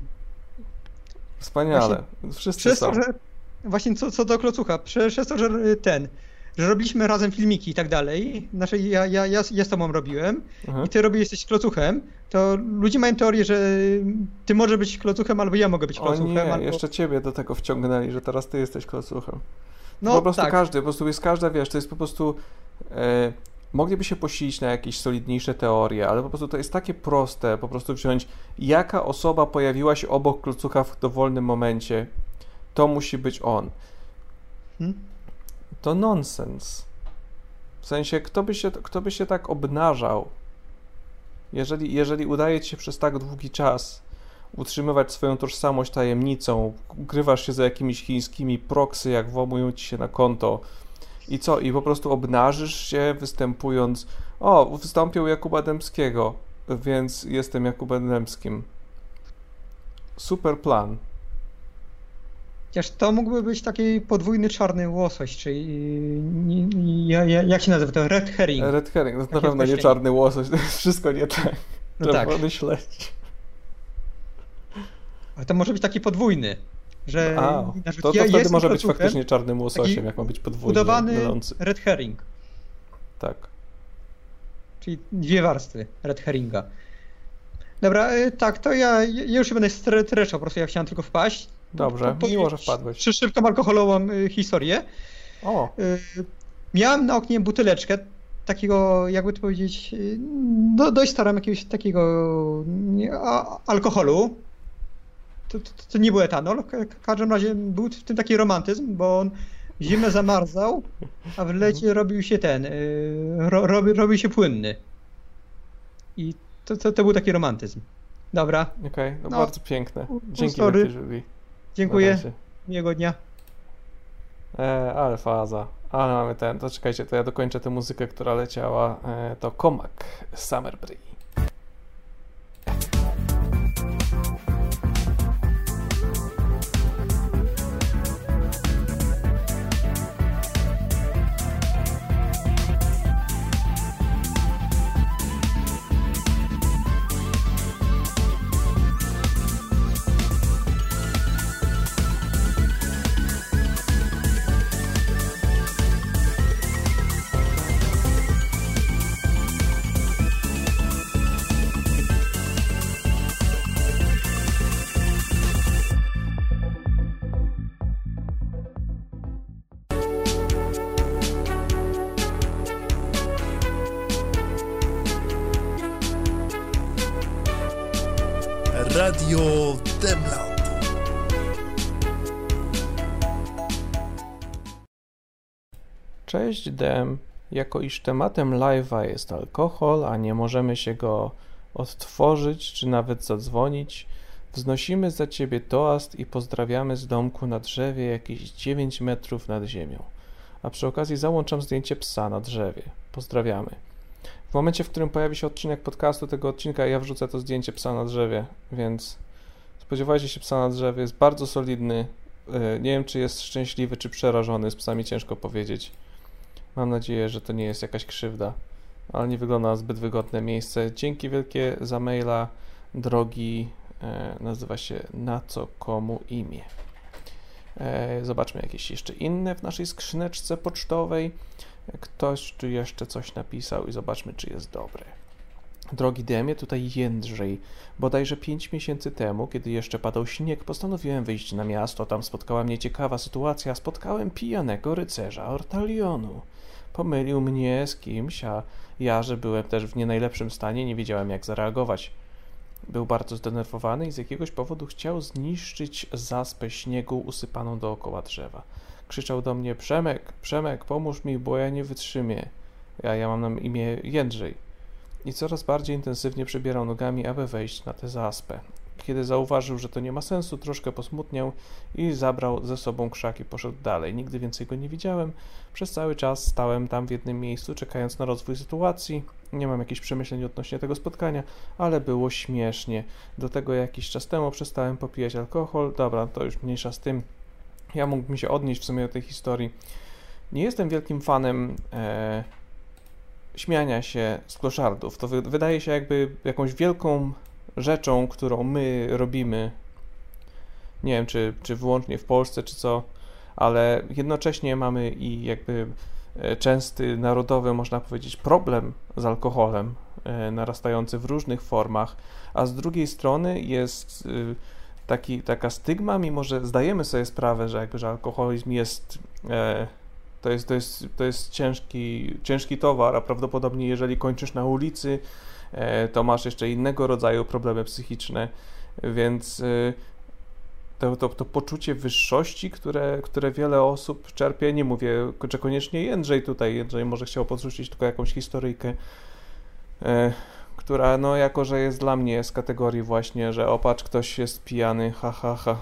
Wspaniale, właśnie, wszyscy przez są. To, że, właśnie co, co do Klocucha, przez, przez to, że ten, że robiliśmy razem filmiki i tak dalej, znaczy ja, ja, ja, ja z tobą robiłem mhm. i ty robisz, jesteś Klocuchem, to ludzie mają teorię, że ty możesz być Klocuchem, albo ja mogę być Klocuchem. O nie, albo... jeszcze ciebie do tego wciągnęli, że teraz ty jesteś Klocuchem. No po prostu tak. każdy, po prostu jest każda, wiesz, to jest po prostu... E, mogliby się posilić na jakieś solidniejsze teorie, ale po prostu to jest takie proste, po prostu wziąć, jaka osoba pojawiła się obok Klocucha w dowolnym momencie, to musi być on. Hmm? To nonsens. W sensie, kto by się, kto by się tak obnażał, jeżeli, jeżeli udaje ci się przez tak długi czas utrzymywać swoją tożsamość tajemnicą, ukrywasz się za jakimiś chińskimi proksy, jak włamują ci się na konto i co? I po prostu obnażysz się występując, o, wystąpił Jakuba Dębskiego, więc jestem Jakubem Dębskim. Super plan. Chociaż to mógłby być taki podwójny czarny łosoś, czyli jak się nazywa to? Red herring. Red herring, to jest na pewno nie czarny łosoś, to jest wszystko nie tak. No tak. Myśleć. Ale to może być taki podwójny, że... A, to, to ja wtedy może być faktycznie czarnym łososiem, jak ma być podwójny. Udawany mylący. red herring. Tak. Czyli dwie warstwy red herringa. Dobra, tak, to ja, ja już się będę streszczał, po prostu ja chciałem tylko wpaść. Dobrze, po, miło, że wpadłeś. Przy szybką alkoholową historię. O. Miałem na oknie buteleczkę takiego, jakby to powiedzieć, no dość starą jakiegoś takiego alkoholu. To, to, to nie był etanol, w każdym razie był w tym taki romantyzm, bo on zimę zamarzał, a w lecie robił się ten, ro, robi, robił się płynny. I to, to, to był taki romantyzm. Dobra. Okej, okay, no, no bardzo piękne. Dzięki sorry. wielkie, Julie. Dziękuję. Miłego dnia. E, ale faza. Ale mamy ten, to czekajcie, to ja dokończę tę muzykę, która leciała. E, to Komak, Summer Breeze. Radio Demland. Cześć Dem. Jako iż tematem live'a jest alkohol, a nie możemy się go odtworzyć, czy nawet zadzwonić, wznosimy za ciebie toast i pozdrawiamy z domku na drzewie jakieś dziewięć metrów nad ziemią. A przy okazji załączam zdjęcie psa na drzewie. Pozdrawiamy. W momencie, w którym pojawi się odcinek podcastu tego odcinka, ja wrzucę to zdjęcie psa na drzewie, więc spodziewajcie się psa na drzewie, jest bardzo solidny. Nie wiem, czy jest szczęśliwy, czy przerażony, z psami ciężko powiedzieć. Mam nadzieję, że to nie jest jakaś krzywda, ale nie wygląda na zbyt wygodne miejsce. Dzięki wielkie za maila, drogi, e, nazywa się Na co komu imię. E, zobaczmy jakieś jeszcze inne w naszej skrzyneczce pocztowej. Ktoś tu jeszcze coś napisał i zobaczmy, czy jest dobre. Drogi Demie, tutaj Jędrzej. Bodajże pięć miesięcy temu, kiedy jeszcze padał śnieg, postanowiłem wyjść na miasto. Tam spotkała mnie ciekawa sytuacja. Spotkałem pijanego rycerza Ortalionu. Pomylił mnie z kimś, a ja, że byłem też w nie najlepszym stanie, nie wiedziałem, jak zareagować. Był bardzo zdenerwowany i z jakiegoś powodu chciał zniszczyć zaspę śniegu usypaną dookoła drzewa. Krzyczał do mnie: Przemek, Przemek, pomóż mi, bo ja nie wytrzymię. Ja, ja mam na imię Jędrzej. I coraz bardziej intensywnie przebierał nogami, aby wejść na tę zaspę. Kiedy zauważył, że to nie ma sensu, troszkę posmutniał i zabrał ze sobą krzak i poszedł dalej. Nigdy więcej go nie widziałem. Przez cały czas stałem tam w jednym miejscu, czekając na rozwój sytuacji. Nie mam jakichś przemyśleń odnośnie tego spotkania, ale było śmiesznie. Do tego jakiś czas temu przestałem popijać alkohol. Dobra, to już mniejsza z tym. Ja mógłbym się odnieść w sumie do tej historii. Nie jestem wielkim fanem e, śmiania się z kloszardów. To wy, wydaje się jakby jakąś wielką rzeczą, którą my robimy. Nie wiem, czy, czy wyłącznie w Polsce, czy co, ale jednocześnie mamy i jakby częsty, narodowy, można powiedzieć, problem z alkoholem, e, narastający w różnych formach, a z drugiej strony jest y, taki, taka stygma, mimo że zdajemy sobie sprawę, że jakby, że alkoholizm jest, e, to jest, to jest, to jest ciężki, ciężki towar, a prawdopodobnie jeżeli kończysz na ulicy, e, to masz jeszcze innego rodzaju problemy psychiczne, więc e, to, to, to poczucie wyższości, które, które wiele osób czerpie, nie mówię, że koniecznie Jędrzej tutaj, Jędrzej może chciał podrzucić tylko jakąś historyjkę, e, która, no, jako że jest dla mnie z kategorii właśnie, że opatrz, ktoś jest pijany, ha, ha, ha.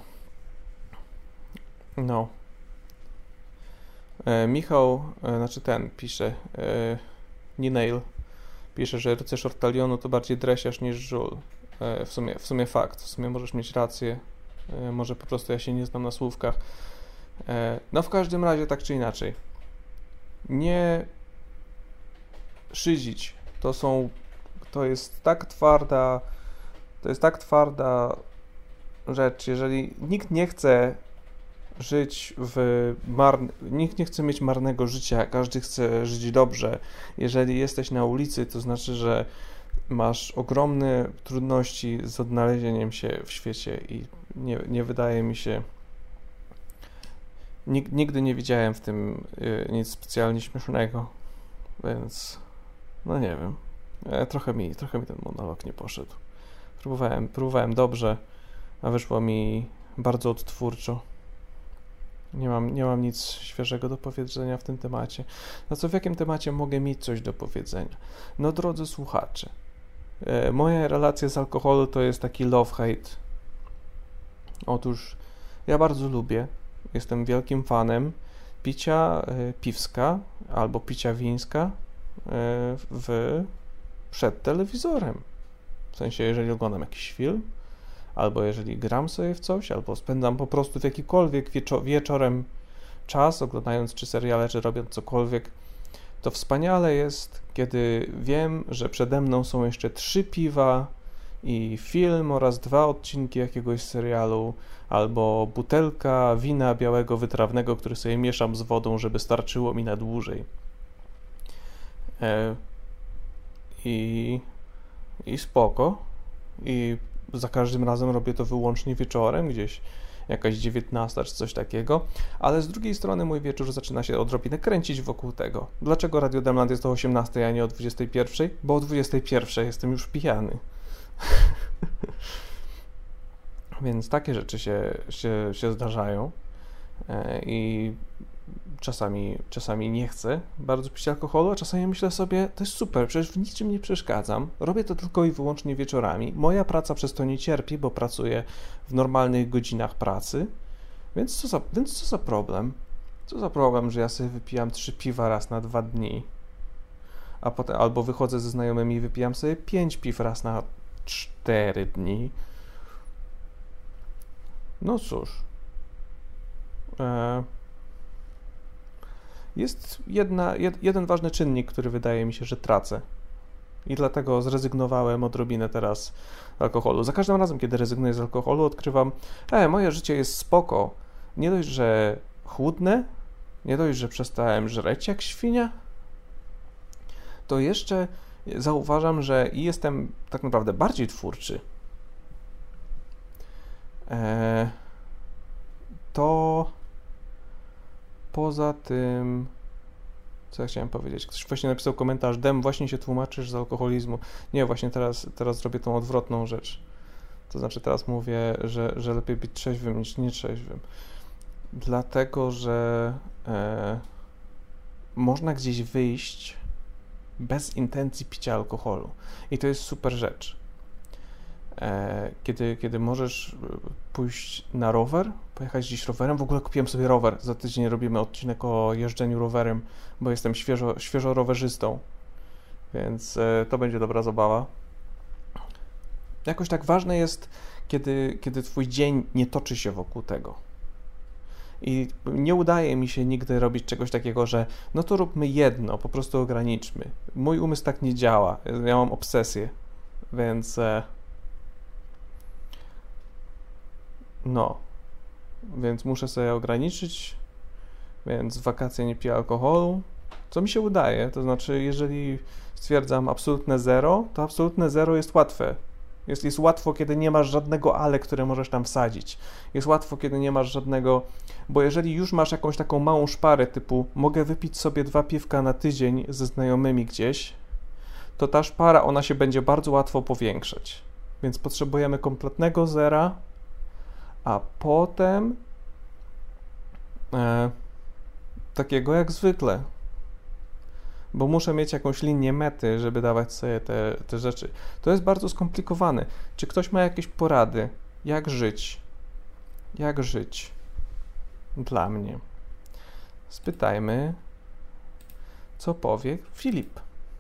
No. E, Michał, e, znaczy ten, pisze, e, Ninail, pisze, że rycerz Ortalionu to bardziej dresiarz niż żul. E, w sumie, w sumie fakt, w sumie możesz mieć rację, e, może po prostu ja się nie znam na słówkach. E, no w każdym razie, tak czy inaczej, nie szydzić, to są To jest tak twarda, to jest tak twarda rzecz, jeżeli nikt nie chce żyć w marne, nikt nie chce mieć marnego życia, każdy chce żyć dobrze. Jeżeli jesteś na ulicy, to znaczy, że masz ogromne trudności z odnalezieniem się w świecie i nie, nie wydaje mi się, nig, nigdy nie widziałem w tym y, nic specjalnie śmiesznego, więc no nie wiem. Trochę mi, trochę mi ten monolog nie poszedł. Próbowałem, próbowałem dobrze, a wyszło mi bardzo odtwórczo. Nie mam, nie mam nic świeżego do powiedzenia w tym temacie. No co, w jakim temacie mogę mieć coś do powiedzenia? No drodzy słuchacze, E, moja relacja z alkoholem to jest taki love-hate. Otóż ja bardzo lubię, jestem wielkim fanem picia e, piwska albo picia wińska e, w, przed telewizorem. W sensie, jeżeli oglądam jakiś film, albo jeżeli gram sobie w coś, albo spędzam po prostu w jakikolwiek wieczo- wieczorem czas, oglądając czy seriale, czy robiąc cokolwiek, to wspaniale jest, kiedy wiem, że przede mną są jeszcze trzy piwa i film oraz dwa odcinki jakiegoś serialu, albo butelka wina białego wytrawnego, który sobie mieszam z wodą, żeby starczyło mi na dłużej. E, i, I spoko. I za każdym razem robię to wyłącznie wieczorem, gdzieś jakaś dziewiętnasta czy coś takiego, ale z drugiej strony mój wieczór zaczyna się odrobinę kręcić wokół tego. Dlaczego Radio Demland jest o osiemnastej, a nie o dwudziestej pierwszej? Bo o dwudziestej pierwszej jestem już pijany. Więc takie rzeczy się, się, się zdarzają i czasami, czasami nie chcę bardzo pić alkoholu, a czasami myślę sobie, to jest super, przecież w niczym nie przeszkadzam, robię to tylko i wyłącznie wieczorami, moja praca przez to nie cierpi, bo pracuję w normalnych godzinach pracy, więc co za, więc co za problem? Co za problem, że ja sobie wypijam trzy piwa raz na dwa dni, a potem albo wychodzę ze znajomymi i wypijam sobie pięć piw raz na cztery dni. No cóż. E... Jest jedna, jed, jeden ważny czynnik, który wydaje mi się, że tracę. I dlatego zrezygnowałem odrobinę teraz z alkoholu. Za każdym razem, kiedy rezygnuję z alkoholu, odkrywam, e, moje życie jest spoko. Nie dość, że chłodne, nie dość, że przestałem żreć jak świnia, to jeszcze zauważam, że jestem tak naprawdę bardziej twórczy. E, to poza tym, co ja chciałem powiedzieć? Ktoś właśnie napisał komentarz, Dem, właśnie się tłumaczysz z alkoholizmu. Nie, właśnie teraz, teraz robię tą odwrotną rzecz. To znaczy teraz mówię, że, że lepiej być trzeźwym niż nietrzeźwym. Dlatego, że e, można gdzieś wyjść bez intencji picia alkoholu. I to jest super rzecz. E, kiedy, kiedy możesz pójść na rower, pojechać gdzieś rowerem, w ogóle kupiłem sobie rower, za tydzień robimy odcinek o jeżdżeniu rowerem, bo jestem świeżo, świeżo rowerzystą, więc e, to będzie dobra zabawa. Jakoś tak ważne jest, kiedy, kiedy twój dzień nie toczy się wokół tego. I nie udaje mi się nigdy robić czegoś takiego, że no to róbmy jedno, po prostu ograniczmy. Mój umysł tak nie działa, ja mam obsesję, więc e, no, więc muszę sobie ograniczyć, więc w wakacje nie piję alkoholu, co mi się udaje, to znaczy jeżeli stwierdzam absolutne zero, to absolutne zero jest łatwe. Jest, jest łatwo, kiedy nie masz żadnego ale, które możesz tam wsadzić. Jest łatwo, kiedy nie masz żadnego... Bo jeżeli już masz jakąś taką małą szparę typu mogę wypić sobie dwa piwka na tydzień ze znajomymi gdzieś, to ta szpara, ona się będzie bardzo łatwo powiększać. Więc potrzebujemy kompletnego zera, a potem e, takiego jak zwykle. Bo muszę mieć jakąś linię mety, żeby dawać sobie te, te rzeczy. To jest bardzo skomplikowane. Czy ktoś ma jakieś porady? Jak żyć? Jak żyć? Dla mnie. Spytajmy, co powie Filip.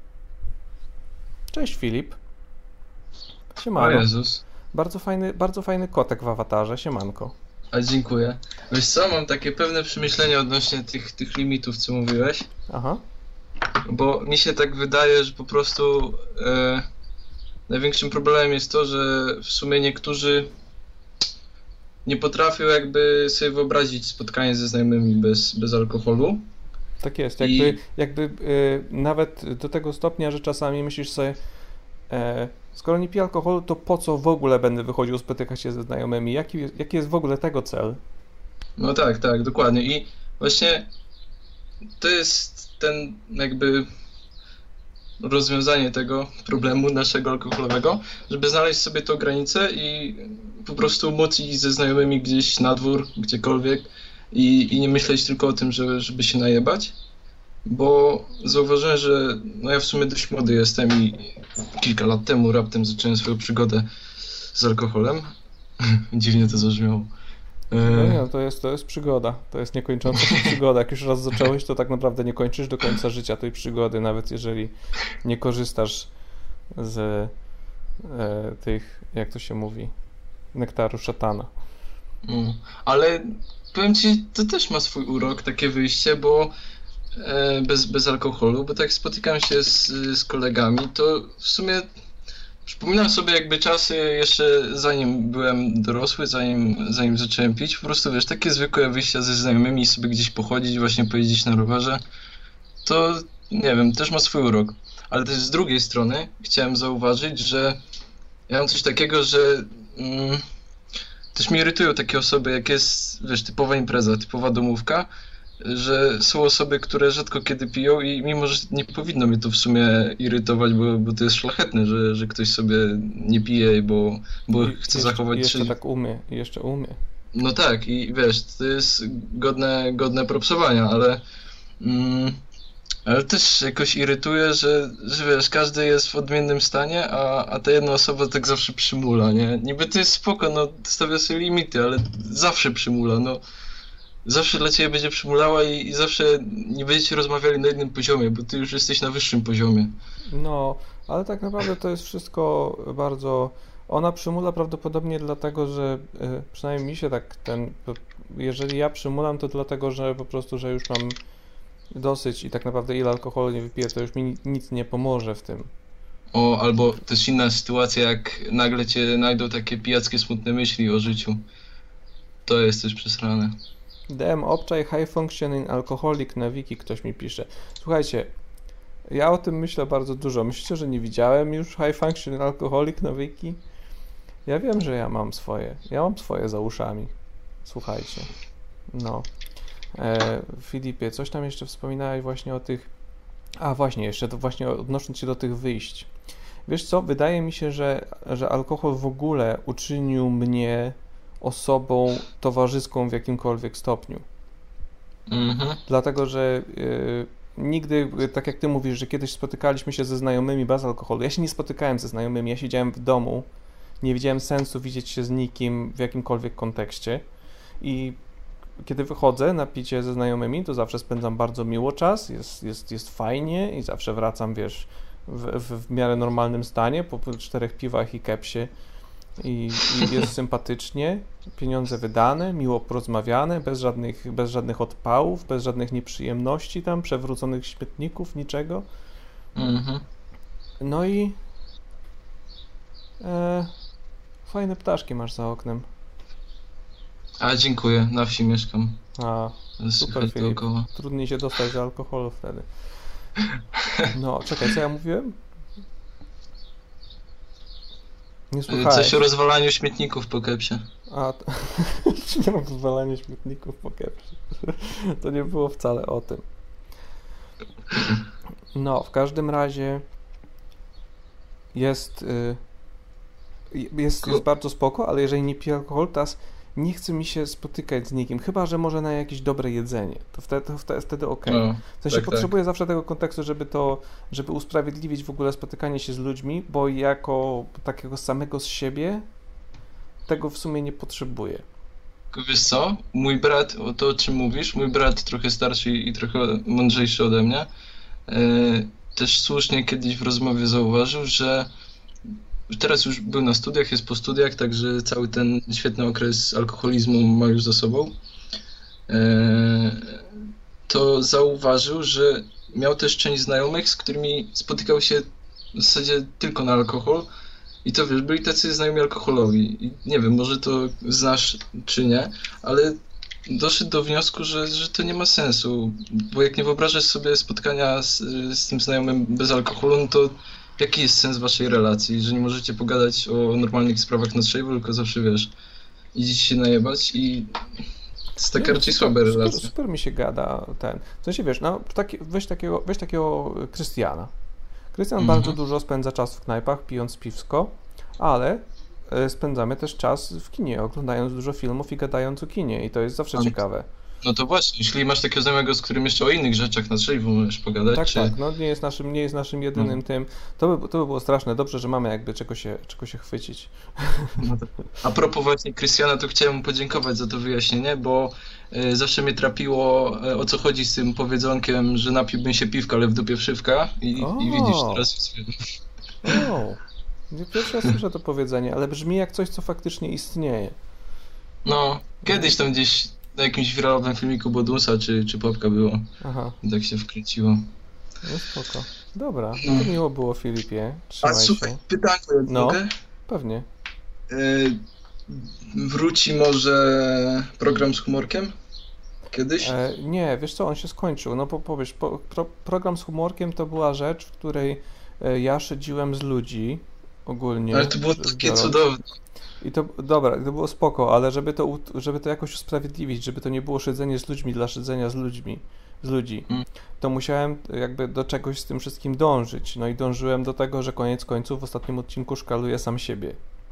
Cześć Filip. Siemano. O Jezus. Bardzo fajny, bardzo fajny kotek w awatarze. Siemanko. A dziękuję. Wiesz co, mam takie pewne przemyślenia odnośnie tych, tych limitów, co mówiłeś. Aha. Bo mi się tak wydaje, że po prostu e, największym problemem jest to, że w sumie niektórzy nie potrafią jakby sobie wyobrazić spotkanie ze znajomymi bez, bez alkoholu. Tak jest, jakby, I... jakby y, nawet do tego stopnia, że czasami myślisz sobie, e, skoro nie piję alkoholu, to po co w ogóle będę wychodził spotykać się ze znajomymi? Jaki, jaki jest w ogóle tego cel? No tak, tak, dokładnie. I właśnie to jest ten jakby rozwiązanie tego problemu naszego alkoholowego, żeby znaleźć sobie tą granicę i po prostu móc iść ze znajomymi gdzieś na dwór, gdziekolwiek i, i nie myśleć tylko o tym, że, żeby się najebać. bo zauważyłem, że no ja w sumie dość młody jestem i kilka lat temu raptem zacząłem swoją przygodę z alkoholem. Dziwnie to zabrzmiało. No nie, to jest, to jest przygoda, to jest niekończąca się przygoda. Jak już raz zacząłeś, to tak naprawdę nie kończysz do końca życia tej przygody, nawet jeżeli nie korzystasz z e, tych, jak to się mówi, nektaru szatana. No, ale powiem ci, to też ma swój urok, takie wyjście, bo e, bez, bez alkoholu, bo tak spotykam się z, z kolegami, to w sumie przypominam sobie jakby czasy jeszcze zanim byłem dorosły, zanim, zanim zacząłem pić, po prostu wiesz, takie zwykłe wyjścia ze znajomymi, sobie gdzieś pochodzić, właśnie pojeździć na rowerze, to nie wiem, też ma swój urok. Ale też z drugiej strony chciałem zauważyć, że ja mam coś takiego, że mm, też mnie irytują takie osoby, jak jest, wiesz, typowa impreza, typowa domówka, że są osoby, które rzadko kiedy piją i mimo, że nie powinno mnie to w sumie irytować, bo, bo to jest szlachetne, że, że ktoś sobie nie pije, bo, bo I chce jeszcze, zachować... jeszcze czy... tak umie, i jeszcze umie. No tak, i wiesz, to jest godne, godne propsowania, ale... Mm, ale też jakoś irytuje, że, że wiesz, każdy jest w odmiennym stanie, a, a ta jedna osoba tak zawsze przymula, nie? Niby to jest spoko, no stawia sobie limity, ale zawsze przymula, no. Zawsze dla ciebie będzie przymulała i, i zawsze nie będziecie rozmawiali na jednym poziomie, bo ty już jesteś na wyższym poziomie. No, ale tak naprawdę to jest wszystko bardzo... Ona przymula prawdopodobnie dlatego, że y, przynajmniej mi się tak ten... Jeżeli ja przymulam, to dlatego, że po prostu, że już mam dosyć i tak naprawdę ile alkoholu nie wypiję, to już mi nic nie pomoże w tym. O, albo też inna sytuacja, jak nagle cię najdą takie pijackie, smutne myśli o życiu. To jest też przesrane. D M obczaj high functioning alcoholic na wiki, ktoś mi pisze. Słuchajcie, ja o tym myślę bardzo dużo. Myślicie, że nie widziałem już high functioning alcoholic na wiki? Ja wiem, że ja mam swoje. Ja mam swoje za uszami. Słuchajcie. No. E, Filipie, coś tam jeszcze wspominałeś właśnie o tych... A właśnie, jeszcze to właśnie odnosząc się do tych wyjść. Wiesz co, wydaje mi się, że, że alkohol w ogóle uczynił mnie osobą towarzyską w jakimkolwiek stopniu. Mhm. Dlatego, że y, nigdy, tak jak ty mówisz, że kiedyś spotykaliśmy się ze znajomymi bez alkoholu. Ja się nie spotykałem ze znajomymi, ja siedziałem w domu, nie widziałem sensu widzieć się z nikim w jakimkolwiek kontekście i kiedy wychodzę na picie ze znajomymi, to zawsze spędzam bardzo miło czas, jest, jest, jest fajnie i zawsze wracam, wiesz, w, w, w miarę normalnym stanie, po czterech piwach i kepsie i, i jest sympatycznie, pieniądze wydane, miło porozmawiane, bez żadnych, bez żadnych odpałów, bez żadnych nieprzyjemności tam, przewróconych śmietników, niczego. Mhm. No i e, fajne ptaszki masz za oknem. A, dziękuję, na wsi mieszkam. A, super, Filip. Dookoła. Trudniej się dostać do alkoholu wtedy. No, czekaj, co ja mówiłem? Nie słuchałeś. Coś o rozwalaniu śmietników po kepsie. A, to... rozwalanie śmietników po kepsie. To nie było wcale o tym. No, w każdym razie jest, y, jest, jest bardzo spoko, ale jeżeli nie piję alkoholu, teraz nie chce mi się spotykać z nikim, chyba że może na jakieś dobre jedzenie, to wtedy, to wtedy, wtedy okej. Okay. No, w sensie tak, potrzebuję tak. zawsze tego kontekstu, żeby to, żeby usprawiedliwić w ogóle spotykanie się z ludźmi, bo jako takiego samego z siebie tego w sumie nie potrzebuję. Wiesz co, mój brat, o to o czym mówisz, mój brat trochę starszy i trochę mądrzejszy ode mnie, yy, też słusznie kiedyś w rozmowie zauważył, że teraz już był na studiach, jest po studiach, także cały ten świetny okres alkoholizmu ma już za sobą. Yy, to zauważył, że miał też część znajomych, z którymi spotykał się w zasadzie tylko na alkohol. I to wiesz, byli tacy znajomi alkoholowi. I nie wiem, może to znasz czy nie, ale doszedł do wniosku, że, że to nie ma sensu. Bo jak nie wyobrażasz sobie spotkania z, z tym znajomym bez alkoholu, no to jaki jest sens waszej relacji? Że nie możecie pogadać o normalnych sprawach na trzeźwo, tylko zawsze wiesz, idziecie się najebać i to jest taka raczej słaba relacja. Super, super mi się gada ten. W sensie wiesz, no, taki, weź takiego, weź takiego Krystiana. Krystian mhm. bardzo dużo spędza czas w knajpach, pijąc piwsko, ale spędzamy też czas w kinie, oglądając dużo filmów i gadając o kinie i to jest zawsze On, ciekawe. No to właśnie, jeśli masz takiego znajomego, z którym jeszcze o innych rzeczach na trzeźwo możesz pogadać, Tak, czy... tak, no nie jest naszym, nie jest naszym jedynym No. tym. To by, to by było straszne. Dobrze, że mamy jakby czego się, czego się chwycić. No to... A propos właśnie Krystiana, to chciałem mu podziękować za to wyjaśnienie, bo y, zawsze mnie trapiło, y, o co chodzi z tym powiedzonkiem, że napiłbym się piwka, ale w dupie wszywka i, O. i widzisz, teraz... O, nie pierwszy raz słyszę to powiedzenie, ale brzmi jak coś, co faktycznie istnieje. No, kiedyś tam gdzieś na jakimś wiralowym filmiku Bodusa czy, czy Popka było. Aha. I tak się wkręciło. No spoko. Dobra, no to miło było, Filipie. A Trzymaj słuchaj, się. pytanie No. mogę? Pewnie. Y, wróci może program z humorkiem? Kiedyś? E, nie, wiesz co, on się skończył. No po, powiesz, po, pro, program z humorkiem to była rzecz, w której e, ja szydziłem z ludzi ogólnie. Ale to było rzecz takie biorąc. cudowne. I to, dobra, to było spoko, ale żeby to, u- żeby to jakoś usprawiedliwić, żeby to nie było szydzenie z ludźmi dla szydzenia z ludźmi, z ludzi, Mm. to musiałem jakby do czegoś z tym wszystkim dążyć. No i dążyłem do tego, że koniec końców w ostatnim odcinku szkaluję sam siebie.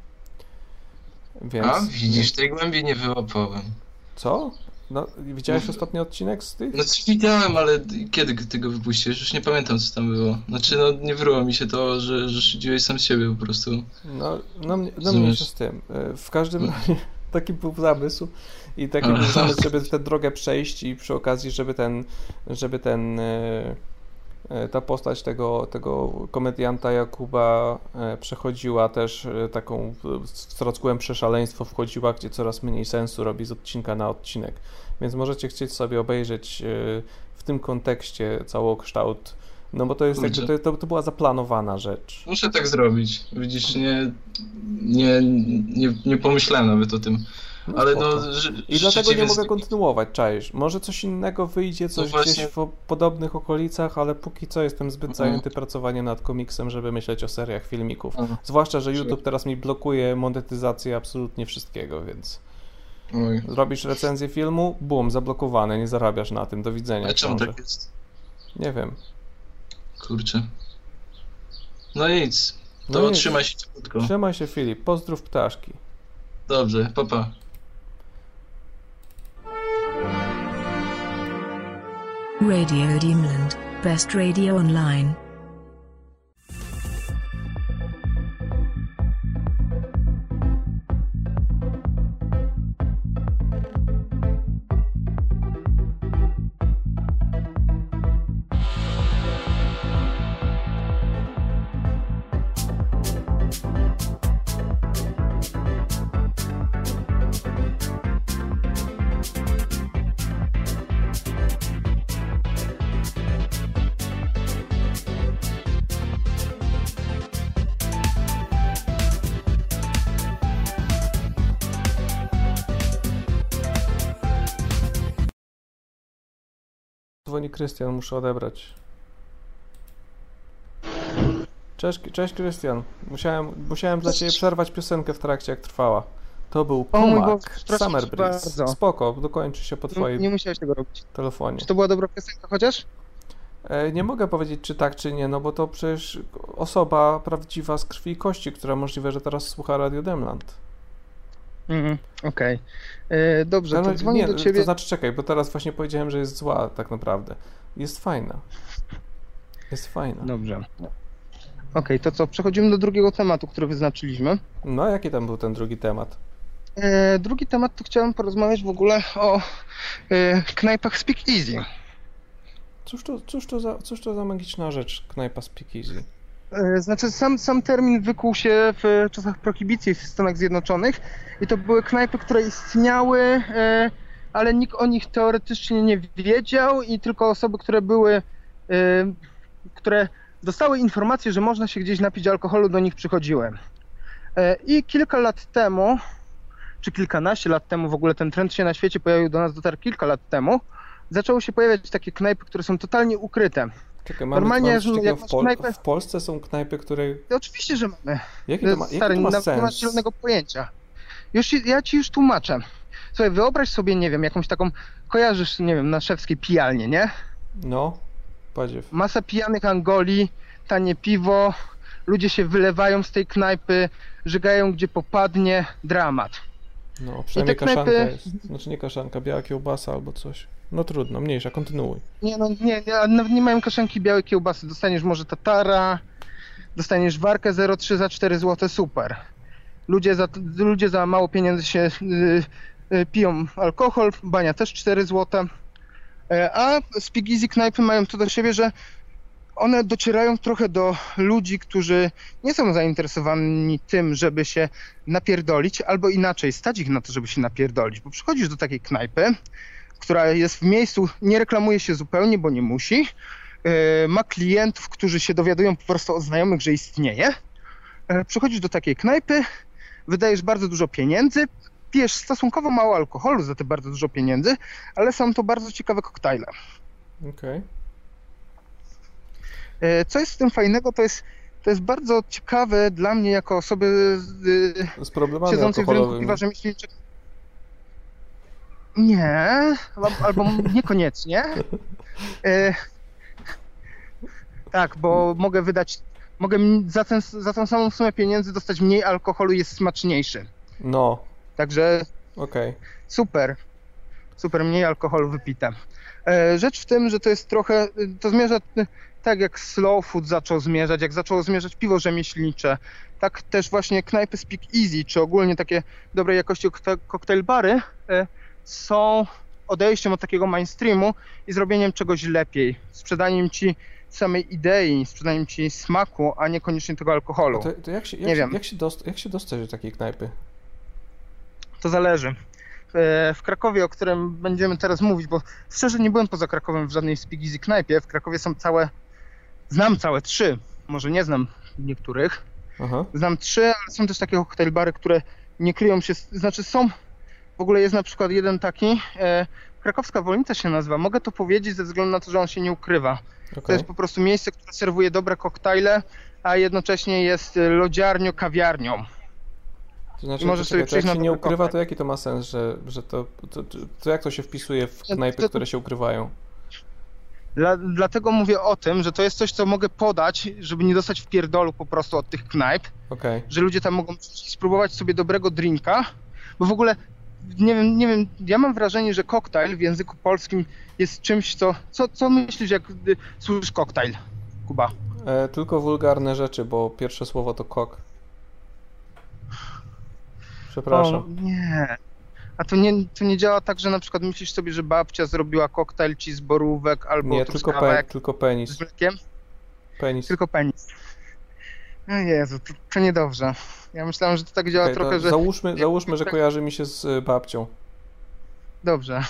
Więc... A, widzisz, tej głębi nie wyłapałem. Co? No, widziałeś No. ostatni odcinek z tych? No coś widziałem, ale kiedy ty go wypuściłeś? Już nie pamiętam, co tam było. Znaczy, no nie wryło mi się to, że, że szydziłeś sam z siebie po prostu. No, no, mnie- no Rozumiesz? mniejsza z tym. E, W każdym razie taki był zamysł i taki był zamysł, żeby tę drogę przejść i przy okazji, żeby ten, żeby ten, e, e, ta postać tego, tego komedianta Jakuba e, przechodziła też e, taką w coraz głębsze szaleństwo wchodziła, gdzie coraz mniej sensu robi z odcinka na odcinek. Więc możecie chcieć sobie obejrzeć e, w tym kontekście całokształt, no bo to jest Kurczę. jakby, to, to, to była zaplanowana rzecz. Muszę tak zrobić. Widzisz, nie, nie, nie, nie pomyślałem nawet o tym. No Ale spoko. no, że, I dlatego nie rzeczywiście mogę kontynuować, czaisz. Może coś innego wyjdzie, coś No właśnie. gdzieś w podobnych okolicach, ale póki co jestem zbyt Mhm. zajęty pracowaniem nad komiksem, żeby myśleć o seriach filmików. Aha. Zwłaszcza, że YouTube teraz mi blokuje monetyzację absolutnie wszystkiego, więc Oj. robisz recenzję filmu, bum, zablokowane, nie zarabiasz na tym, do widzenia. A czemu książę. tak jest? Nie wiem. Kurczę. No nic. To No nic. trzymaj się ciepłutko. Trzymaj się, Filip, pozdrów ptaszki. Dobrze, pa pa. Radio Dreamland, best radio online. Dzwoni Krystian, muszę odebrać. Cześć, cześć Krystian. Musiałem, musiałem dla ciebie przerwać piosenkę w trakcie, jak trwała. To był O mój Komak, Boże, przepraszam Summer cię Breeze. bardzo. Spoko, dokończy się po Nie, twoim nie musiałeś tego robić. telefonie. Czy to była dobra piosenka chociaż? E, Nie mogę powiedzieć, czy tak, czy nie, no bo to przecież osoba prawdziwa z krwi i kości, która możliwe, że teraz słucha Radio Demland. Mhm, okej. E, Dobrze, Ale to dzwonię nie, do ciebie. To znaczy, czekaj, bo teraz właśnie powiedziałem, że jest zła tak naprawdę. Jest fajna. Jest fajna. Dobrze. Okej, to co? Przechodzimy do drugiego tematu, który wyznaczyliśmy. No, jaki tam był ten drugi temat? E, drugi temat to chciałem porozmawiać w ogóle o e, knajpach Speakeasy. Cóż to, cóż, to za, cóż to za magiczna rzecz, knajpa Speakeasy? E, Znaczy sam, sam termin wykuł się w czasach prohibicji w Stanach Zjednoczonych i to były knajpy, które istniały, e, ale nikt o nich teoretycznie nie wiedział i tylko osoby, które były, e, które dostały informację, że można się gdzieś napić alkoholu, do nich przychodziły. E, I kilka lat temu, czy kilkanaście lat temu, w ogóle ten trend się na świecie pojawił, do nas dotarł kilka lat temu, zaczęły się pojawiać takie knajpy, które są totalnie ukryte. Czekaj, mamy, Normalnie, mamy coś że takiego jak w, masz Pol- knajpę- w Polsce są knajpy, które... I oczywiście, że mamy. Jaki to ma, jaki Stary, to ma nawet nie masz sens? zielonego pojęcia. Już, ci- ja ci już tłumaczę. Słuchaj, wyobraź sobie, nie wiem, jakąś taką, kojarzysz, nie wiem, na szewskiej pijalnię, nie? No, padziew. Masa pijanych Angoli, tanie piwo, ludzie się wylewają z tej knajpy, żygają gdzie popadnie, dramat. No, przynajmniej knajpy... kaszanka jest. Znaczy nie kaszanka, biała kiełbasa albo coś. No trudno, mniejsza, kontynuuj. Nie, no nie, nie, nawet nie mają kaszanki białej kiełbasy. Dostaniesz może tatara, dostaniesz warkę zero przecinek trzy za cztery złote, super. Ludzie za, ludzie za mało pieniędzy się y, y, piją alkohol, bania też cztery złote. A speakeasy knajpy mają to do siebie, że one docierają trochę do ludzi, którzy nie są zainteresowani tym, żeby się napierdolić, albo inaczej, stać ich na to, żeby się napierdolić, bo przychodzisz do takiej knajpy, która jest w miejscu, nie reklamuje się zupełnie, bo nie musi, yy, ma klientów, którzy się dowiadują po prostu od znajomych, że istnieje. Yy, przychodzisz do takiej knajpy, wydajesz bardzo dużo pieniędzy, pijesz stosunkowo mało alkoholu za te bardzo dużo pieniędzy, ale są to bardzo ciekawe koktajle. Okej. Okay. Co jest w tym fajnego, to jest, to jest bardzo ciekawe dla mnie jako osoby z problemami siedzącej w rynku piwa rzemieślniczych. Nie, albo niekoniecznie. E, tak, bo mogę wydać, mogę za, ten, za tą samą sumę pieniędzy dostać mniej alkoholu i jest smaczniejszy. No. Także okej. Okay. Super, super, mniej alkoholu wypite. E, rzecz w tym, że to jest trochę, to zmierza tak jak slow food zaczął zmierzać, jak zaczęło zmierzać piwo rzemieślnicze, tak też właśnie knajpy speakeasy, czy ogólnie takie dobrej jakości koktajl bary e, są odejściem od takiego mainstreamu i zrobieniem czegoś lepiej, sprzedaniem ci samej idei, sprzedaniem ci smaku, a niekoniecznie tego alkoholu. To, to jak się, jak nie się, wiem. Jak się, dost, jak się dostać do takiej knajpy? To zależy. W Krakowie, o którym będziemy teraz mówić, bo szczerze nie byłem poza Krakowem w żadnej speakeasy knajpie, w Krakowie są całe, znam całe trzy, może nie znam niektórych, Aha. znam trzy, ale są też takie koktajl bary, które nie kryją się, znaczy są, w ogóle jest na przykład jeden taki, e, Krakowska Wolnica się nazywa, mogę to powiedzieć ze względu na to, że on się nie ukrywa. Okay. To jest po prostu miejsce, które serwuje dobre koktajle, a jednocześnie jest lodziarnią, kawiarnią. To znaczy, możesz sobie przejść jak się nie ukrywa, koktajl. To jaki to ma sens, że, że to, to, to, to jak to się wpisuje w knajpy, to, to, które się ukrywają? Dla, dlatego mówię o tym, że to jest coś, co mogę podać, żeby nie dostać w pierdolu po prostu od tych knajp, okay. Że ludzie tam mogą spróbować sobie dobrego drinka, bo w ogóle nie wiem, nie wiem, ja mam wrażenie, że koktajl w języku polskim jest czymś, co, co, co myślisz, jak słyszysz koktajl, Kuba? E, tylko wulgarne rzeczy, bo pierwsze słowo to kok. Przepraszam. O, nie. A to nie, to nie działa tak, że na przykład myślisz sobie, że babcia zrobiła koktajl ci z borówek albo nie, tylko, pe, tylko penis. Z mlekiem? Penis. Tylko penis. No Jezu, to, to niedobrze. Ja myślałem, że to tak działa okay, trochę, że... Załóżmy, załóżmy, że kojarzy mi się z babcią. Dobrze.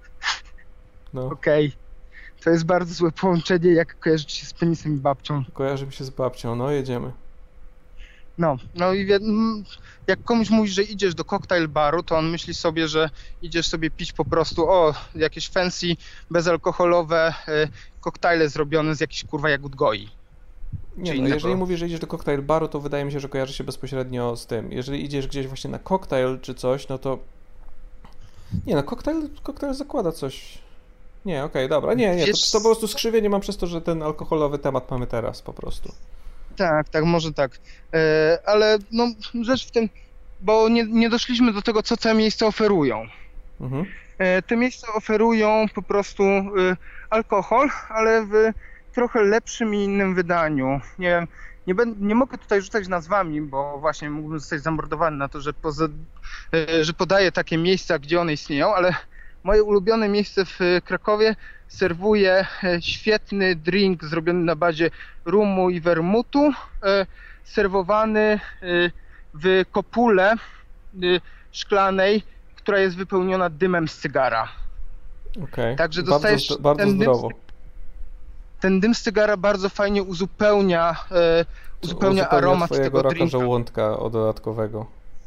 No. Okej. Okay. To jest bardzo złe połączenie, jak kojarzy się z penisem i babcią. Kojarzy mi się z babcią, no jedziemy. No, no i jak komuś mówisz, że idziesz do koktajl baru, to on myśli sobie, że idziesz sobie pić po prostu, o, jakieś fancy, bezalkoholowe y, koktajle zrobione z jakichś kurwa jagód goi. Nie, no, jeżeli mówisz, że idziesz do koktajl baru, to wydaje mi się, że kojarzy się bezpośrednio z tym. Jeżeli idziesz gdzieś właśnie na koktajl czy coś, no to... Nie no, koktajl, koktajl zakłada coś... Nie, okej, okay, dobra, nie, nie, to, to po prostu skrzywienie mam przez to, że ten alkoholowy temat mamy teraz po prostu. Tak, tak, może tak, e, ale no rzecz w tym, bo nie, nie doszliśmy do tego, co te miejsca oferują. Mhm. E, te miejsca oferują po prostu e, alkohol, ale w trochę lepszym i innym wydaniu. Nie wiem, nie, ben, nie mogę tutaj rzucać nazwami, bo właśnie mógłbym zostać zamordowany na to, że, poza, e, że podaję takie miejsca, gdzie one istnieją, ale moje ulubione miejsce w Krakowie serwuje świetny drink zrobiony na bazie rumu i wermutu, serwowany w kopule szklanej, która jest wypełniona dymem z cygara. Okay. Także dostajesz bardzo, bardzo ten, zdrowo. Dym, ten dym z cygara bardzo fajnie uzupełnia, uzupełnia, uzupełnia aromat tego raka drinka. Żołądka dodatkowego.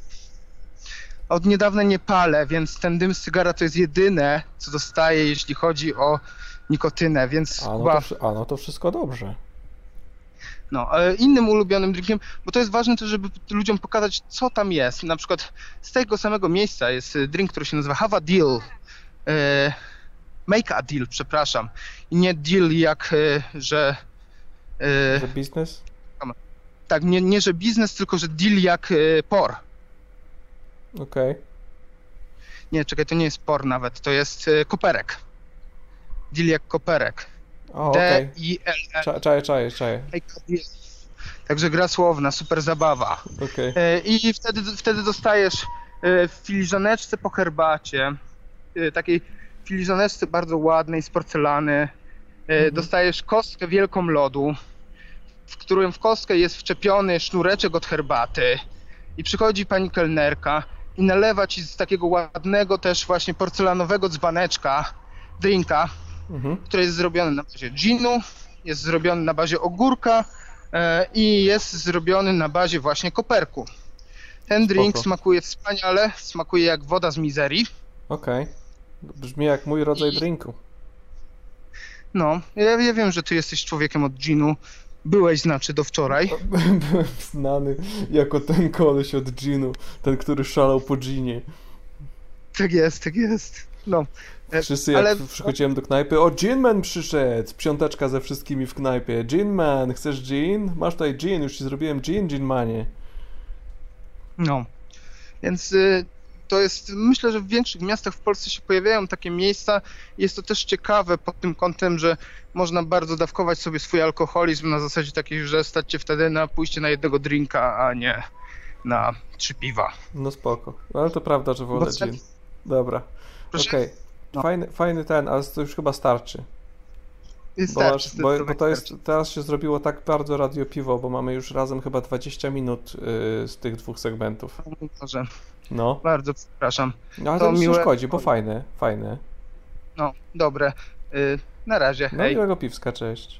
Od niedawna nie palę, więc ten dym z cygara to jest jedyne, co dostaję, jeśli chodzi o nikotynę, więc... A no, chyba... to, a no to wszystko dobrze. No, innym ulubionym drinkiem, bo to jest ważne też, żeby ludziom pokazać, co tam jest. Na przykład z tego samego miejsca jest drink, który się nazywa Have a Deal. E, make a Deal, przepraszam. I nie deal jak, że... E, że biznes? Tak, nie, nie że biznes, tylko że deal jak por. Okej. Okay. Nie, czekaj, to nie jest por nawet, to jest y, Koperek. Deal jak Koperek. O, okej. D I L E. Czaję, czaję, czaję. Także gra słowna, super zabawa. Okej. E, I wtedy, wtedy dostajesz e, w filiżaneczce po herbacie, e, takiej filiżaneczce bardzo ładnej z porcelany, e, Mhm. dostajesz kostkę wielką lodu, w którym w kostkę jest wczepiony sznureczek od herbaty i przychodzi pani kelnerka i nalewa ci z takiego ładnego też właśnie porcelanowego dzbaneczka drinka, Mhm. który jest zrobiony na bazie ginu, jest zrobiony na bazie ogórka e, i jest zrobiony na bazie właśnie koperku. Ten drink Spoko. smakuje wspaniale, smakuje jak woda z mizerii. Okej. Brzmi jak mój rodzaj drinku. No, ja, ja wiem, że ty jesteś człowiekiem od ginu. Byłeś znaczy do wczoraj. Byłem znany jako ten koleś od ginu, ten, który szalał po ginie. Tak jest, tak jest. No. e, Wszyscy jak ale- przychodziłem do knajpy, o, Ginman przyszedł, piąteczka ze wszystkimi w knajpie. Ginman, chcesz gin? Masz tutaj gin, już ci zrobiłem gin, Ginmanie. No, więc y, to jest, myślę, że w większych miastach w Polsce się pojawiają takie miejsca. Jest to też ciekawe pod tym kątem, że można bardzo dawkować sobie swój alkoholizm na zasadzie takiej, że stać cię wtedy na pójście na jednego drinka, a nie na trzy piwa. No spoko. No, ale to prawda, że wolę Bo sen- gin. Dobra. Proszę? Okej. No. Fajny, fajny ten, ale to już chyba starczy. I Bo, starczy, aż, bo, bo zdecydowanie to jest, starczy. teraz się zrobiło tak bardzo radio piwo, bo mamy już razem chyba dwadzieścia minut y, z tych dwóch segmentów. Może. No. Bardzo przepraszam. No ale To to nic nie miłe- szkodzi, bo fajne, fajne. No, dobre. Y, na razie, No hej. miłego piwska, cześć.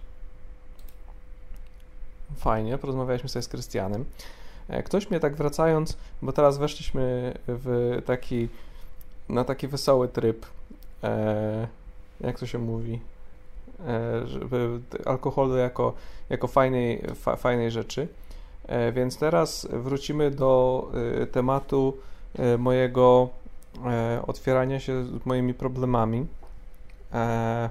Fajnie, porozmawialiśmy sobie z Krystianem. E, Ktoś mnie tak wracając, bo teraz weszliśmy w taki, na taki wesoły tryb, e, jak to się mówi, e, żeby alkoholu jako, jako fajnej, fa, fajnej rzeczy. E, więc teraz wrócimy do e, tematu e, mojego e, otwierania się z moimi problemami. E,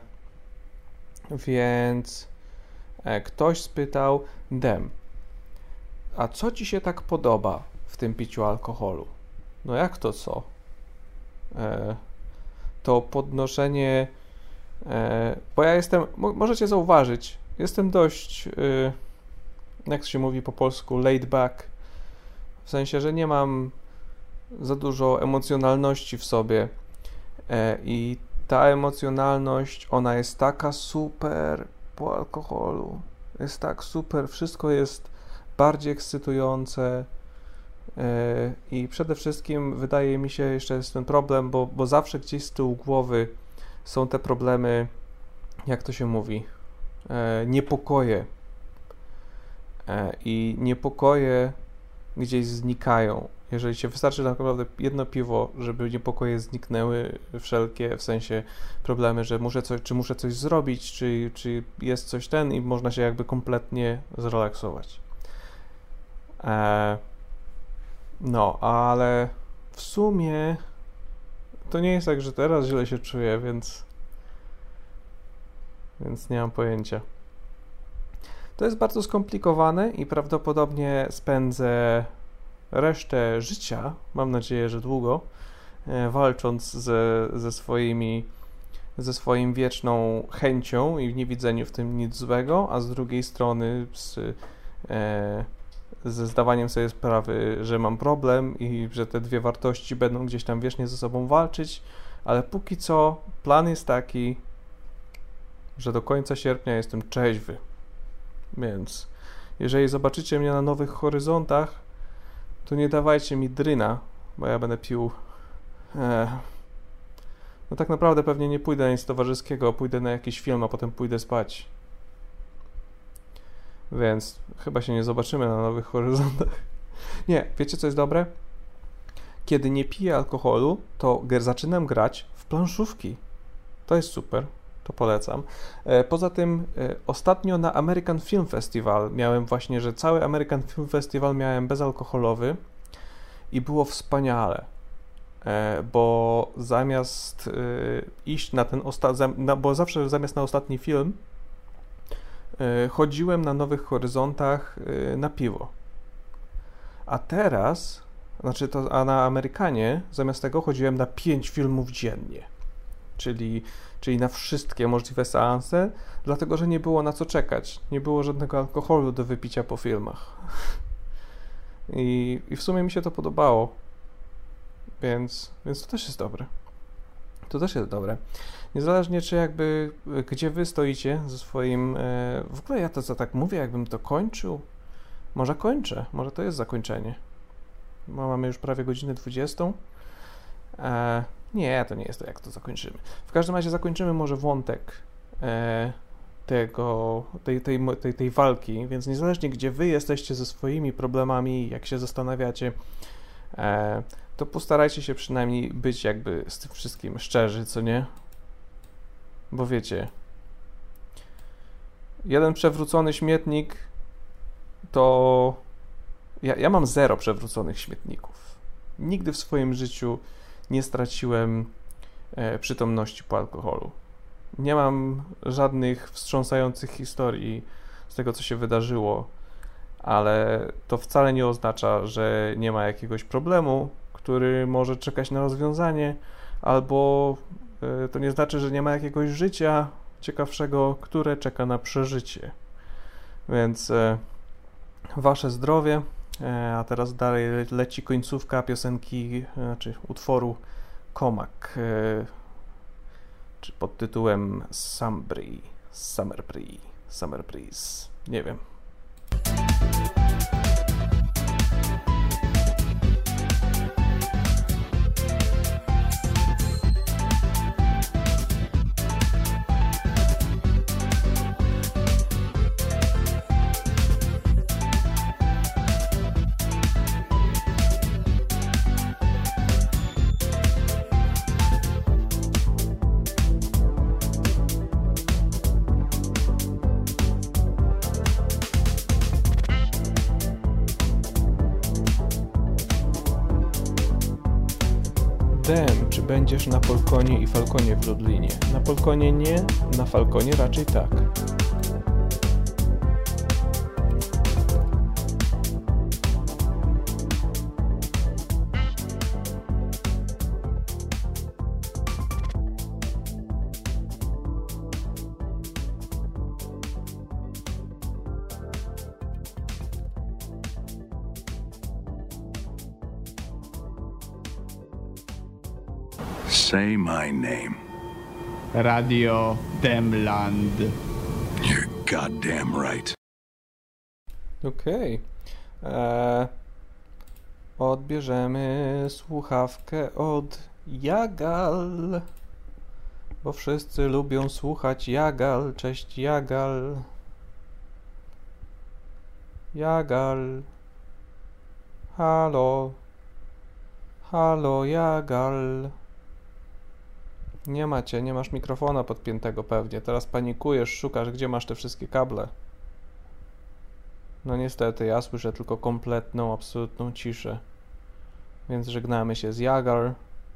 Więc e, ktoś spytał, Dem, a co ci się tak podoba w tym piciu alkoholu? No jak to co? E, to podnoszenie, e, bo ja jestem, mo, możecie zauważyć, jestem dość, y, jak to się mówi po polsku, laid back, w sensie, że nie mam za dużo emocjonalności w sobie e, i ta emocjonalność, ona jest taka super po alkoholu. Jest tak super, wszystko jest bardziej ekscytujące yy, i przede wszystkim wydaje mi się, jeszcze jest ten problem, bo, bo zawsze gdzieś z tyłu głowy są te problemy, jak to się mówi, yy, niepokoje. Yy, I niepokoje gdzieś znikają. Jeżeli się wystarczy tak naprawdę jedno piwo, żeby niepokoje zniknęły wszelkie, w sensie problemy, że muszę coś, czy muszę coś zrobić, czy, czy jest coś ten i można się jakby kompletnie zrelaksować. E, no, ale w sumie to nie jest tak, że teraz źle się czuję, więc więc nie mam pojęcia. To jest bardzo skomplikowane i prawdopodobnie spędzę resztę życia, mam nadzieję, że długo, e, walcząc ze, ze swoimi, ze swoim wieczną chęcią i nie widzeniu w tym nic złego, a z drugiej strony z, e, ze zdawaniem sobie sprawy, że mam problem i że te dwie wartości będą gdzieś tam wiecznie ze sobą walczyć, ale póki co plan jest taki, że do końca sierpnia jestem trzeźwy. Więc jeżeli zobaczycie mnie na Nowych Horyzontach, to nie dawajcie mi dryna, bo ja będę pił. E, no tak naprawdę pewnie nie pójdę na nic towarzyskiego, pójdę na jakiś film, a potem pójdę spać. Więc chyba się nie zobaczymy na Nowych Horyzontach. Nie, wiecie co jest dobre? Kiedy nie piję alkoholu, to zaczynam grać w planszówki. To jest super. To polecam. Poza tym ostatnio na American Film Festival miałem właśnie, że cały American Film Festival miałem bezalkoholowy i było wspaniale, bo zamiast iść na ten ostatni, bo zawsze zamiast na ostatni film chodziłem na Nowych Horyzontach na piwo. A teraz, znaczy to, a na Amerykanie zamiast tego chodziłem na pięć filmów dziennie, czyli, czyli na wszystkie możliwe seanse, dlatego że nie było na co czekać, nie było żadnego alkoholu do wypicia po filmach. I, i w sumie mi się to podobało, więc, więc to też jest dobre. To też jest dobre. Niezależnie czy jakby, gdzie wy stoicie ze swoim, e, w ogóle ja to co tak mówię, jakbym to kończył, może kończę, może to jest zakończenie. Bo mamy już prawie godzinę dwudziestą. E, nie, to nie jest to, jak to zakończymy. W każdym razie zakończymy może wątek e, tego, tej, tej, tej, tej walki, więc niezależnie gdzie wy jesteście ze swoimi problemami, jak się zastanawiacie, e, to postarajcie się przynajmniej być jakby z tym wszystkim szczerzy, co nie? Bo wiecie, jeden przewrócony śmietnik to... Ja, ja mam zero przewróconych śmietników. Nigdy w swoim życiu nie straciłem e, przytomności po alkoholu. Nie mam żadnych wstrząsających historii z tego, co się wydarzyło, ale to wcale nie oznacza, że nie ma jakiegoś problemu, który może czekać na rozwiązanie, albo e, to nie znaczy, że nie ma jakiegoś życia ciekawszego, które czeka na przeżycie. Więc e, wasze zdrowie. A teraz dalej leci końcówka piosenki, znaczy utworu Comac, czy pod tytułem Summer Summer Breeze, Summer Breeze, nie wiem. Dem, czy będziesz na Polkonie i Falconie w Lublinie? Na Polkonie nie, na Falconie raczej tak. Say my name. Radio Demland. You're goddamn right. Okej. Okay. Eee, odbierzemy słuchawkę od Jagal. Bo wszyscy lubią słuchać Jagal. Cześć Jagal. Jagal. Halo. Halo Jagal. Nie macie, nie masz mikrofona podpiętego pewnie. Teraz panikujesz, szukasz, gdzie masz te wszystkie kable. No niestety, ja słyszę tylko kompletną, absolutną ciszę. Więc żegnamy się z Jagal.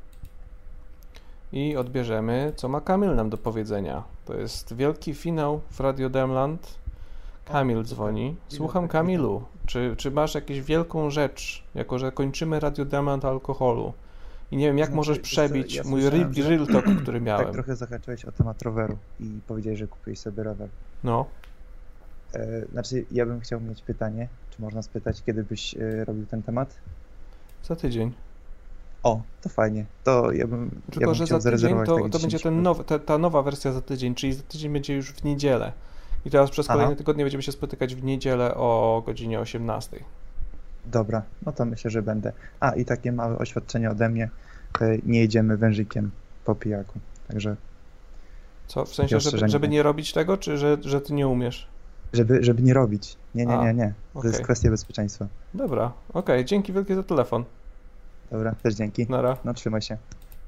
I odbierzemy, co ma Kamil nam do powiedzenia. To jest wielki finał w Radio Demland. Kamil dzwoni. Słucham Kamilu. Czy, czy masz jakąś wielką rzecz, jako że kończymy Radio Demland o alkoholu? I nie wiem, jak znaczy, możesz przebić ja mój real, real talk, który miałem. Tak trochę zahaczyłeś o temat roweru i powiedziałeś, że kupiłeś sobie rower. No. E, znaczy, ja bym chciał mieć pytanie, czy można spytać, kiedy byś e, robił ten temat? Za tydzień. O, to fajnie. To ja bym Tylko, ja bym że chciał za tydzień to, tak to będzie ten nowy, ta, ta nowa wersja za tydzień, czyli za tydzień będzie już w niedzielę. I teraz przez kolejne Aha. tygodnie będziemy się spotykać w niedzielę o godzinie osiemnastej. Dobra, no to myślę, że będę. A, i takie małe oświadczenie ode mnie. Nie jedziemy wężykiem po pijaku, także... Co, w sensie, żeby, żeby nie robić tego, czy że, że ty nie umiesz? Żeby, żeby nie robić. Nie, nie, nie, nie. To okay. jest kwestia bezpieczeństwa. Dobra, okej, okay. Dzięki wielkie za telefon. Dobra, też dzięki. Nara. No, trzymaj się.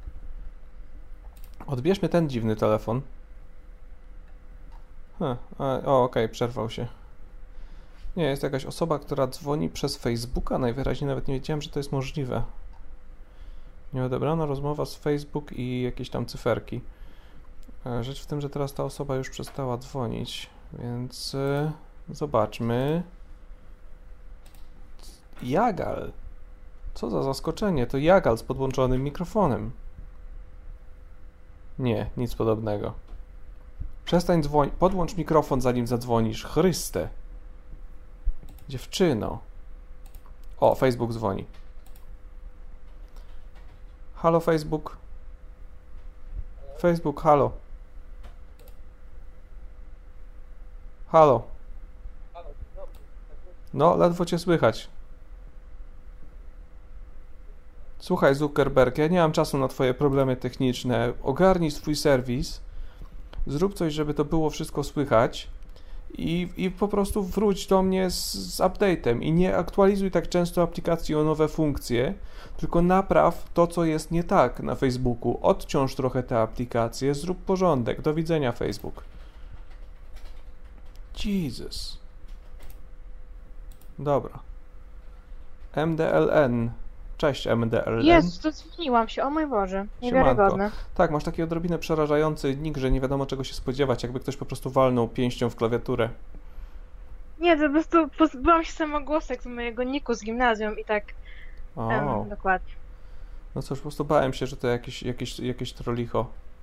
Odbierzmy ten dziwny telefon. Huh, a, o, okej, okay, przerwał się. Nie, jest jakaś osoba, która dzwoni przez Facebooka, najwyraźniej nawet nie wiedziałem, że to jest możliwe. Nieodebrana rozmowa z Facebook i jakieś tam cyferki. Rzecz w tym, że teraz ta osoba już przestała dzwonić, więc yy, zobaczmy. Jagal. Co za zaskoczenie, to Jagal z podłączonym mikrofonem. Nie, nic podobnego. Przestań dzwonić, podłącz mikrofon zanim zadzwonisz, Chryste. Dziewczyno. O, Facebook dzwoni. Halo Facebook. Facebook, halo. Halo. No, ledwo cię słychać. Słuchaj, Zuckerberg, ja nie mam czasu na twoje problemy techniczne. Ogarnij swój serwis. Zrób coś, żeby to było wszystko słychać. I, i po prostu wróć do mnie z, z update'em. I nie aktualizuj tak często aplikacji o nowe funkcje, tylko napraw to, co jest nie tak na Facebooku. Odciąż trochę te aplikacje, zrób porządek. Do widzenia, Facebook. Jesus. Dobra. M D L N. Cześć, M D L N. Jezu, to dzwoniłam się, o mój Boże. Niewiarygodne. Tak, masz taki odrobinę przerażający nick, że nie wiadomo czego się spodziewać, jakby ktoś po prostu walnął pięścią w klawiaturę. Nie, to po prostu pozbyłam się samogłosek z mojego niku z gimnazjum i tak... O. Um, dokładnie. No cóż, po prostu bałem się, że to jakieś, jakieś, jakieś trolicho.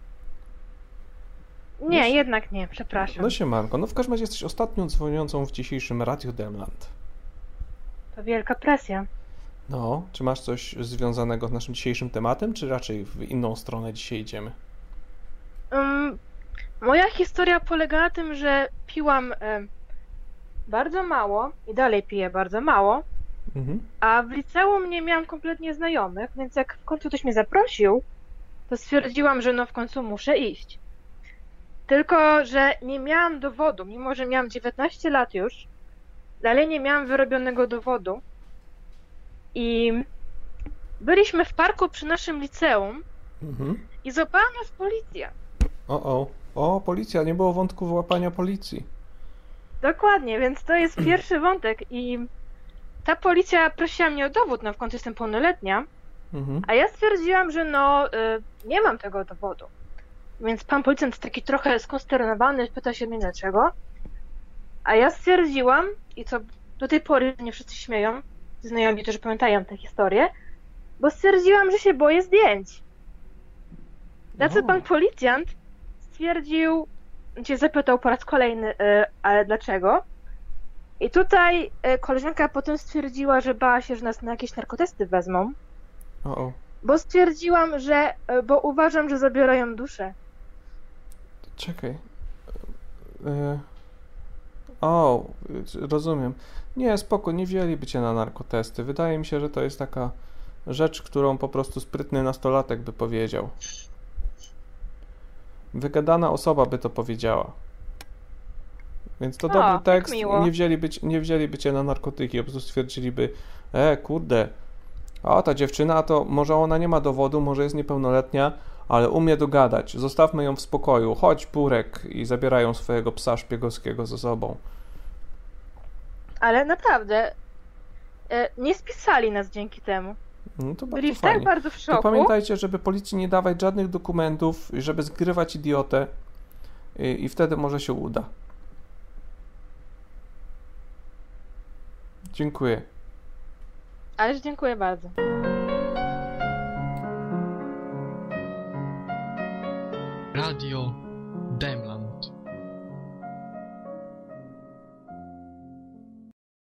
Nie, no, jednak nie, przepraszam. No siemanko, no w każdym razie jesteś ostatnią dzwoniącą w dzisiejszym Radiu Demland. To wielka presja. No, czy masz coś związanego z naszym dzisiejszym tematem, czy raczej w inną stronę dzisiaj idziemy? Um, moja historia polega na tym, że piłam e, bardzo mało i dalej piję bardzo mało, mhm. a w liceum nie miałam kompletnie znajomych, więc jak w końcu ktoś mnie zaprosił, to stwierdziłam, że no w końcu muszę iść. Tylko że nie miałam dowodu, mimo że miałam dziewiętnaście lat już, dalej nie miałam wyrobionego dowodu. I byliśmy w parku przy naszym liceum mhm. i złapała nas policja. O, o, o, policja, nie było wątku wyłapania policji. Dokładnie, więc to jest pierwszy wątek i ta policja prosiła mnie o dowód, no w końcu jestem pełnoletnia, mhm. a ja stwierdziłam, że no y, nie mam tego dowodu. Więc pan policjant taki trochę skonsternowany pyta się mnie dlaczego, a ja stwierdziłam, i co do tej pory nie wszyscy śmieją, znajomi, którzy pamiętają tę historię, bo stwierdziłam, że się boję zdjęć. Na co pan policjant stwierdził, cię zapytał po raz kolejny, y, ale dlaczego? I tutaj y, koleżanka potem stwierdziła, że bała się, że nas na jakieś narkotesty wezmą. O, o. Bo stwierdziłam, że, y, bo uważam, że zabierają duszę. Czekaj. Y O, rozumiem. Nie, spoko, nie wzięliby cię na narkotesty. Wydaje mi się, że to jest taka rzecz, którą po prostu sprytny nastolatek by powiedział. Wygadana osoba by to powiedziała. Więc to o, dobry tekst. Nie wzięliby, nie wzięliby cię na narkotyki, po prostu stwierdziliby, e, kurde, a ta dziewczyna, to może ona nie ma dowodu, może jest niepełnoletnia, ale umie dogadać. Zostawmy ją w spokoju. Chodź, Purek, i zabierają swojego psa szpiegowskiego ze sobą. Ale naprawdę, e, nie spisali nas dzięki temu. No to Byli bardzo tak fajnie. bardzo w szoku. To pamiętajcie, żeby policji nie dawać żadnych dokumentów, żeby zgrywać idiotę i, i wtedy może się uda. Dziękuję. Ależ dziękuję bardzo. Radio Demland.